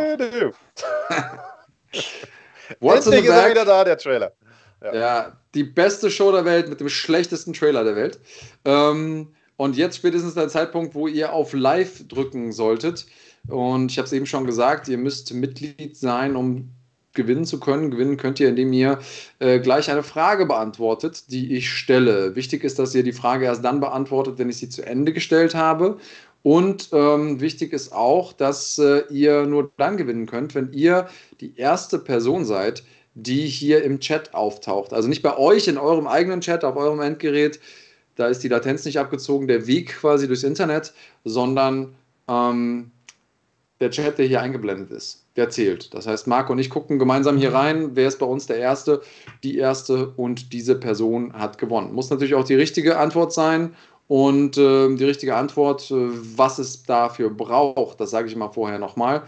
What's Endlich ist er wieder da, der Trailer.
Ja, die beste Show der Welt mit dem schlechtesten Trailer der Welt. Und jetzt spätestens der Zeitpunkt, wo ihr auf Live drücken solltet. Und ich habe es eben schon gesagt, ihr müsst Mitglied sein, um gewinnen zu können. Gewinnen könnt ihr, indem ihr gleich eine Frage beantwortet, die ich stelle. Wichtig ist, dass ihr die Frage erst dann beantwortet, wenn ich sie zu Ende gestellt habe. Und wichtig ist auch, dass ihr nur dann gewinnen könnt, wenn ihr die erste Person seid, die hier im Chat auftaucht. Also nicht bei euch in eurem eigenen Chat, auf eurem Endgerät, da ist die Latenz nicht abgezogen, der Weg quasi durchs Internet, sondern der Chat, der hier eingeblendet ist, der zählt. Das heißt, Marc und ich gucken gemeinsam hier rein, wer ist bei uns der Erste, die Erste, und diese Person hat gewonnen. Muss natürlich auch die richtige Antwort sein. Und die richtige Antwort, was es dafür braucht, das sage ich mal vorher nochmal.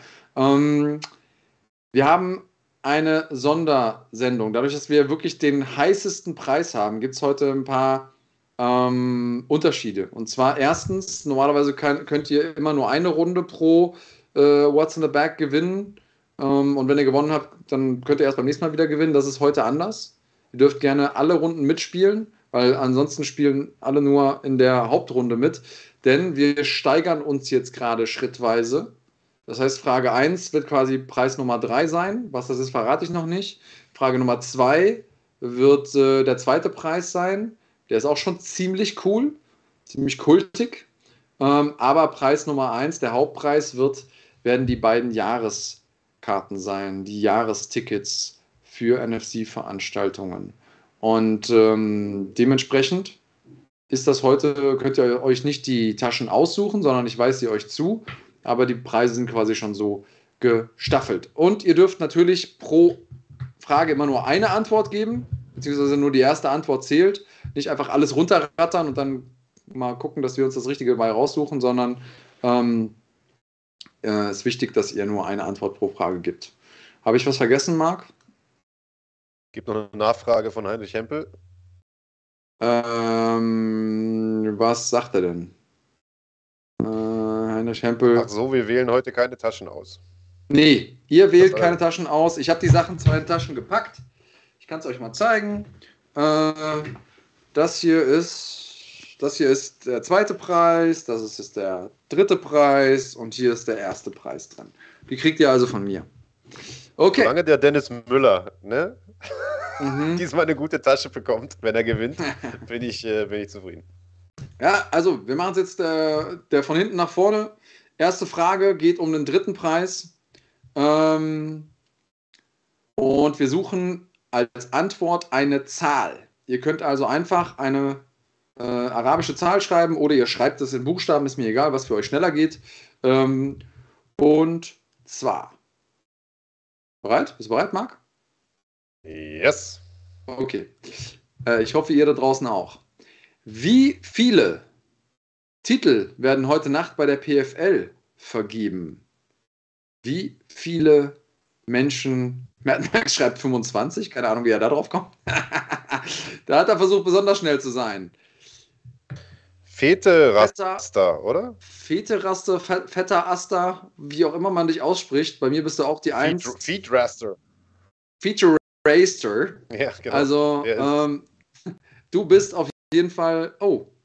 Wir haben eine Sondersendung. Dadurch, dass wir wirklich den heißesten Preis haben, gibt es heute ein paar Unterschiede. Und zwar erstens, normalerweise könnt ihr immer nur eine Runde pro What's in the Bag gewinnen. Und wenn ihr gewonnen habt, dann könnt ihr erst beim nächsten Mal wieder gewinnen. Das ist heute anders. Ihr dürft gerne alle Runden mitspielen, weil ansonsten spielen alle nur in der Hauptrunde mit, denn wir steigern uns jetzt gerade schrittweise. Das heißt, Frage 1 wird quasi Preis Nummer 3 sein. Was das ist, verrate ich noch nicht. Frage Nummer 2 wird der zweite Preis sein. Der ist auch schon ziemlich cool, ziemlich kultig. Aber Preis Nummer 1, der Hauptpreis, werden die beiden Jahreskarten sein, die Jahrestickets für NFC-Veranstaltungen. Und dementsprechend ist das heute, könnt ihr euch nicht die Taschen aussuchen, sondern ich weise sie euch zu, aber die Preise sind quasi schon so gestaffelt. Und ihr dürft natürlich pro Frage immer nur eine Antwort geben, beziehungsweise nur die erste Antwort zählt. Nicht einfach alles runterrattern und dann mal gucken, dass wir uns das Richtige dabei raussuchen, sondern es ist wichtig, dass ihr nur eine Antwort pro Frage gibt. Habe ich was vergessen, Marc?
Gibt noch eine Nachfrage von Heinrich Hempel.
Was sagt er denn? Heinrich Hempel.
Ach so, wir wählen heute keine Taschen aus.
Nee, ihr wählt keine Taschen aus. Ich habe die Sachen zwar in Taschen gepackt. Ich kann es euch mal zeigen. Das hier ist der zweite Preis, das ist der dritte Preis und hier ist der erste Preis dran. Die kriegt ihr also von mir. Okay.
Solange der Dennis Müller, ne? Diesmal eine gute Tasche bekommt, wenn er gewinnt, bin ich zufrieden.
Ja, also wir machen es jetzt der von hinten nach vorne. Erste Frage geht um den dritten Preis. Und wir suchen als Antwort eine Zahl. Ihr könnt also einfach eine arabische Zahl schreiben oder ihr schreibt es in Buchstaben, ist mir egal, was für euch schneller geht. Und zwar. Bereit? Bist du bereit, Marc?
Yes.
Okay. Ich hoffe, ihr da draußen auch. Wie viele Titel werden heute Nacht bei der PFL vergeben? Wie viele Menschen... Max schreibt 25, keine Ahnung, wie er da drauf kommt. Da hat er versucht, besonders schnell zu sein.
Fete Raster, oder?
Fete Raster, fetter Aster, wie auch immer man dich ausspricht. Bei mir bist du auch die 1.
Feet Raster.
Feature Raster.
Ja, genau.
Also, du bist auf jeden Fall,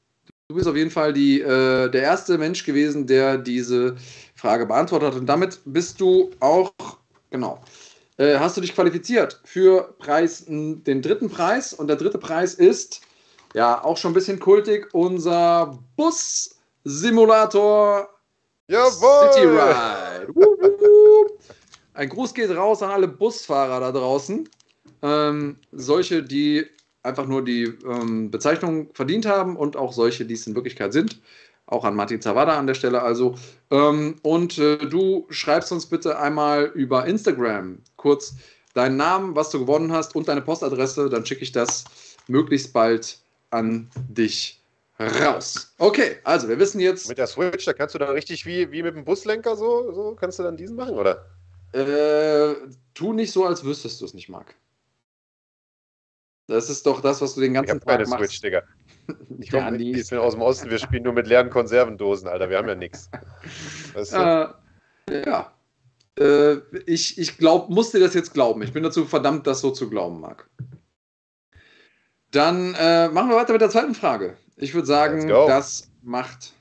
der erste Mensch gewesen, der diese Frage beantwortet hat. Und damit bist du auch, genau, hast du dich qualifiziert für den dritten Preis. Und der dritte Preis ist, ja, auch schon ein bisschen kultig, unser Bus Simulator
Jawohl!
City Ride. Wup, wup. Ein Gruß geht raus an alle Busfahrer da draußen. Solche, die einfach nur die Bezeichnung verdient haben und auch solche, die es in Wirklichkeit sind. Auch an Martin Zawada an der Stelle also. Du schreibst uns bitte einmal über Instagram kurz deinen Namen, was du gewonnen hast und deine Postadresse. Dann schicke ich das möglichst bald an dich raus. Okay, also wir wissen jetzt.
Mit der Switch, da kannst du dann richtig wie mit dem Buslenker so kannst du dann diesen machen, oder?
Tu nicht so, als wüsstest du es nicht, Marc. Das ist doch das, was du den ganzen
Ich habe
Tag
keine
machst.
Switch, Digga. Ich
Ja, nie.
bin aus dem Osten, wir spielen nur mit leeren Konservendosen, Alter. Wir haben ja nichts. Weißt du?
Ja. Ich muss dir das jetzt glauben. Ich bin dazu verdammt, das so zu glauben, Marc. Dann machen wir weiter mit der zweiten Frage. Ich würde sagen, das macht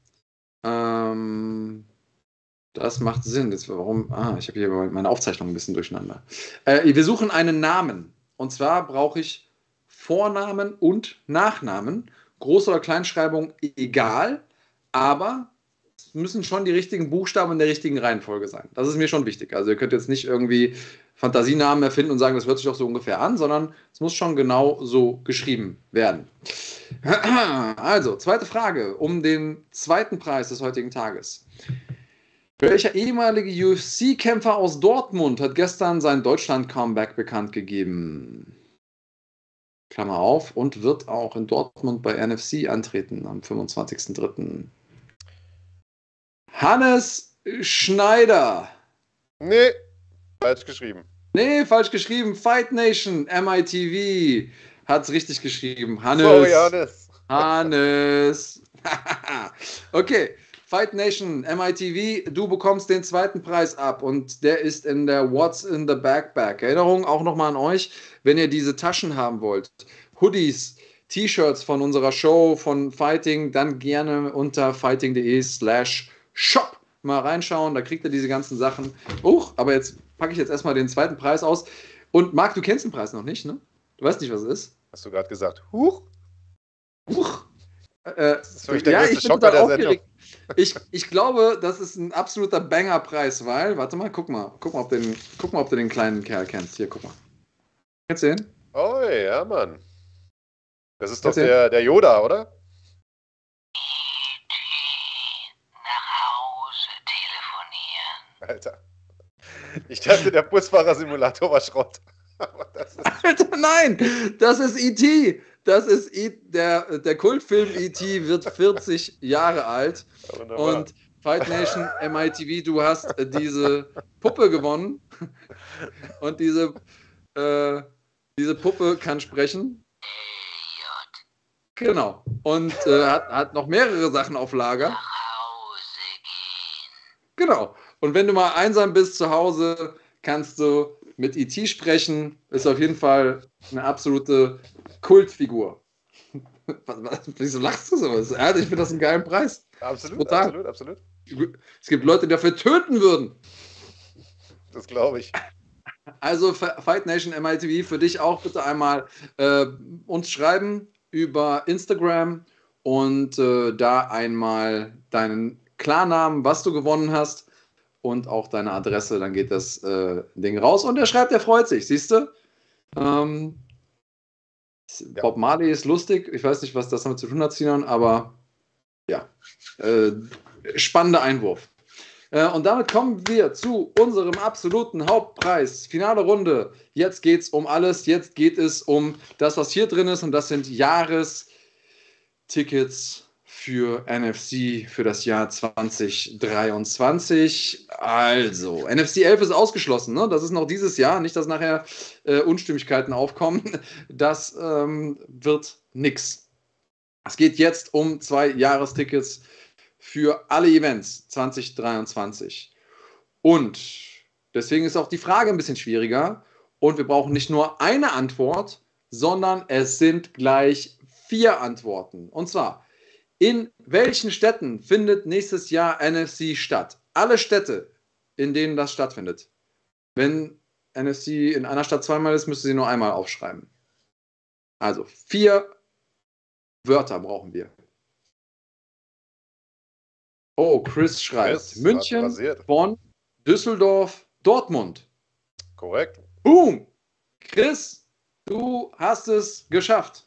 Sinn. Jetzt, warum? Ich habe hier meine Aufzeichnung ein bisschen durcheinander. Wir suchen einen Namen. Und zwar brauche ich Vornamen und Nachnamen. Groß- oder Kleinschreibung egal, aber es müssen schon die richtigen Buchstaben in der richtigen Reihenfolge sein. Das ist mir schon wichtig. Also ihr könnt jetzt nicht irgendwie Fantasienamen erfinden und sagen, das hört sich doch so ungefähr an, sondern es muss schon genau so geschrieben werden. Also, zweite Frage um den zweiten Preis des heutigen Tages. Welcher ehemalige UFC-Kämpfer aus Dortmund hat gestern sein Deutschland-Comeback bekannt gegeben? Klammer auf, und wird auch in Dortmund bei NFC antreten am 25.03. Hannes Schneider.
Nee, falsch geschrieben.
Nee, falsch geschrieben. Fight Nation, MITV. Hat's richtig geschrieben. Hannes.
Sorry, Hannes.
Hannes. Okay. Fight Nation, MITV, du bekommst den zweiten Preis ab und der ist in der What's in the Backpack. Erinnerung auch nochmal an euch, wenn ihr diese Taschen haben wollt, Hoodies, T-Shirts von unserer Show, von Fighting, dann gerne unter fighting.de/shop mal reinschauen, da kriegt ihr diese ganzen Sachen. Aber jetzt packe ich jetzt erstmal den zweiten Preis aus. Und Marc, du kennst den Preis noch nicht, ne? Du weißt nicht, was es ist?
Hast du gerade gesagt? Huch?
Das
ist für mich der größte Schock bei der Sendung.
Ich glaube, das ist ein absoluter Banger-Preis, weil, warte mal, guck mal, ob du den kleinen Kerl kennst. Hier, guck mal. Kennst du den?
Oh ja, Mann. Das ist doch der Yoda, oder?
Nach Hause telefonieren.
Alter. Ich dachte, der Busfahrer-Simulator war Schrott.
Alter, nein! Das ist E.T. Das ist der Kultfilm E.T. wird 40 Jahre alt. Ja, und Fight Nation MITV, du hast diese Puppe gewonnen. Und diese Puppe kann sprechen. Genau. Und hat noch mehrere Sachen auf Lager.
Nach Hause gehen.
Genau. Und wenn du mal einsam bist zu Hause, kannst du mit E.T. sprechen. Ist auf jeden Fall eine absolute Kultfigur. Wieso lachst du sowas? Ich finde das einen geilen Preis.
Absolut.
Es gibt Leute, die dafür töten würden.
Das glaube ich.
Also Fight Nation MITV, für dich auch bitte einmal uns schreiben über Instagram und da einmal deinen Klarnamen, was du gewonnen hast und auch deine Adresse, dann geht das Ding raus. Und der schreibt, der freut sich, siehst du? Bob Marley ist lustig. Ich weiß nicht, was das damit zu tun hat, Sinan, aber ja, spannender Einwurf. Und damit kommen wir zu unserem absoluten Hauptpreis. Finale Runde. Jetzt geht es um alles. Jetzt geht es um das, was hier drin ist. Und das sind Jahrestickets für NFC für das Jahr 2023. Also, NFC 11 ist ausgeschlossen. Ne? Das ist noch dieses Jahr. Nicht, dass nachher Unstimmigkeiten aufkommen. Das wird nix. Es geht jetzt um 2 Jahrestickets für alle Events 2023. Und deswegen ist auch die Frage ein bisschen schwieriger. Und wir brauchen nicht nur eine Antwort, sondern es sind gleich 4 Antworten. Und zwar, in welchen Städten findet nächstes Jahr NFC statt? Alle Städte, in denen das stattfindet. Wenn NFC in einer Stadt zweimal ist, müsst ihr sie nur einmal aufschreiben. Also 4 Wörter brauchen wir. Oh, Chris schreibt
Chris
München,
rasiert.
Bonn, Düsseldorf, Dortmund.
Korrekt.
Boom! Chris, du hast es geschafft.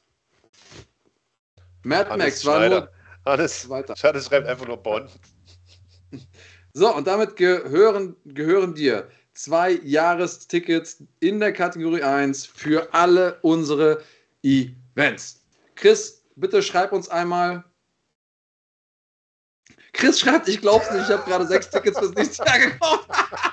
Mad Max war nur
Hannes
weiter.
schreibt einfach nur Bonn.
So, und damit gehören dir 2 Jahrestickets in der Kategorie 1 für alle unsere Events. Chris, bitte schreib uns einmal. Chris schreibt, ich glaub's nicht, ich habe gerade 6 Tickets fürs nächste Jahr gekauft.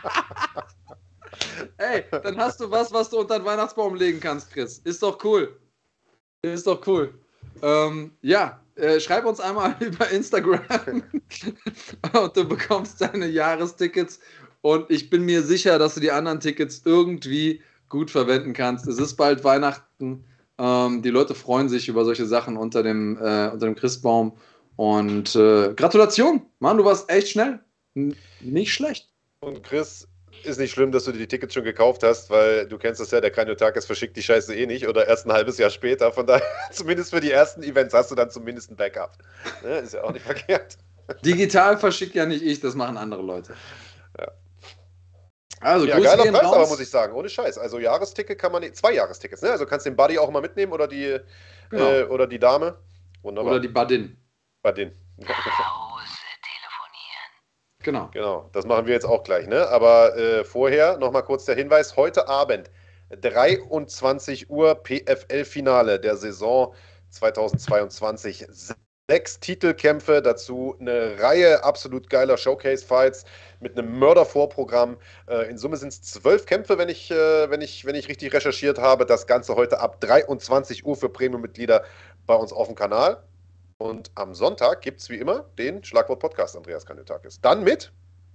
Ey, dann hast du was du unter den Weihnachtsbaum legen kannst, Chris. Ist doch cool. Ist doch cool. Schreib uns einmal über Instagram und du bekommst deine Jahrestickets und ich bin mir sicher, dass du die anderen Tickets irgendwie gut verwenden kannst. Es ist bald Weihnachten. Die Leute freuen sich über solche Sachen unter dem Christbaum und Gratulation. Mann, du warst echt schnell. Nicht schlecht.
Und Chris, ist nicht schlimm, dass du dir die Tickets schon gekauft hast, weil du kennst das ja, der Kraniotakis verschickt die Scheiße eh nicht oder erst ein halbes Jahr später. Von daher, zumindest für die ersten Events hast du dann zumindest ein Backup. Ne? Ist ja auch nicht verkehrt.
Digital verschickt ja nicht ich, das machen andere Leute.
Ja.
Also,
ja, geiler Preis, aber muss ich sagen, ohne Scheiß. Also Jahresticket kann man, 2 Jahrestickets, ne? Also kannst den Buddy auch mal mitnehmen oder die, oder die Dame. Wunderbar.
Oder die Badin.
Badin.
Nach Hause telefonieren.
Genau, das machen wir jetzt auch gleich, ne? Aber vorher nochmal kurz der Hinweis, heute Abend 23 Uhr PFL-Finale der Saison 2022. 6 Titelkämpfe, dazu eine Reihe absolut geiler Showcase-Fights mit einem Mördervorprogramm. In Summe sind es 12 Kämpfe, wenn ich richtig recherchiert habe. Das Ganze heute ab 23 Uhr für Premium-Mitglieder bei uns auf dem Kanal. Und am Sonntag gibt es wie immer den Schlagwort-Podcast Andreas Kraniotakis. Dann mit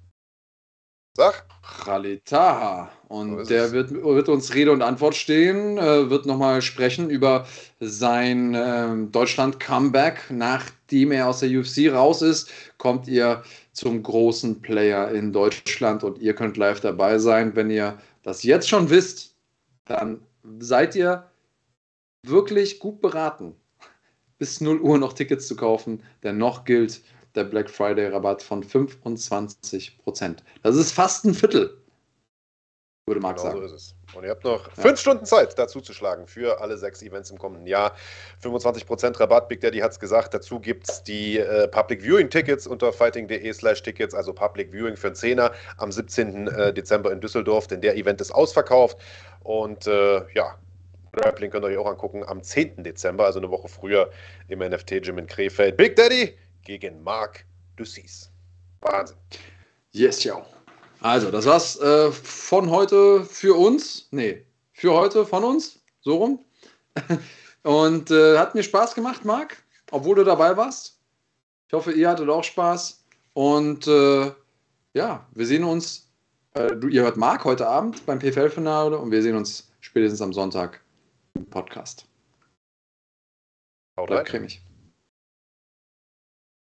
Khalid Taha. Und der wird uns Rede und Antwort stehen, wird nochmal sprechen über sein Deutschland-Comeback. Nachdem er aus der UFC raus ist, kommt ihr zum großen Player in Deutschland und ihr könnt live dabei sein. Wenn ihr das jetzt schon wisst, dann seid ihr wirklich gut beraten, bis 0 Uhr noch Tickets zu kaufen, denn noch gilt der Black Friday Rabatt von 25%. Das ist fast ein Viertel, würde Marc sagen.
So ist es. Und ihr habt noch 5 Stunden Zeit, dazu zu schlagen für alle 6 Events im kommenden Jahr. 25% Rabatt, Big Daddy hat es gesagt. Dazu gibt es die Public Viewing Tickets unter fighting.de/Tickets, also Public Viewing für einen Zehner am 17. Dezember in Düsseldorf, denn der Event ist ausverkauft. Und Grappling könnt ihr euch auch angucken am 10. Dezember, also eine Woche früher im NFT-Gym in Krefeld. Big Daddy gegen Marc Dussis. Wahnsinn.
Yes, ja. Also, das war's von heute für uns. Für heute von uns. So rum. Und hat mir Spaß gemacht, Marc, obwohl du dabei warst. Ich hoffe, ihr hattet auch Spaß. Und wir sehen uns. Ihr hört Marc heute Abend beim PFL-Finale und wir sehen uns spätestens am Sonntag im Podcast.
Haut rein.
Cremig.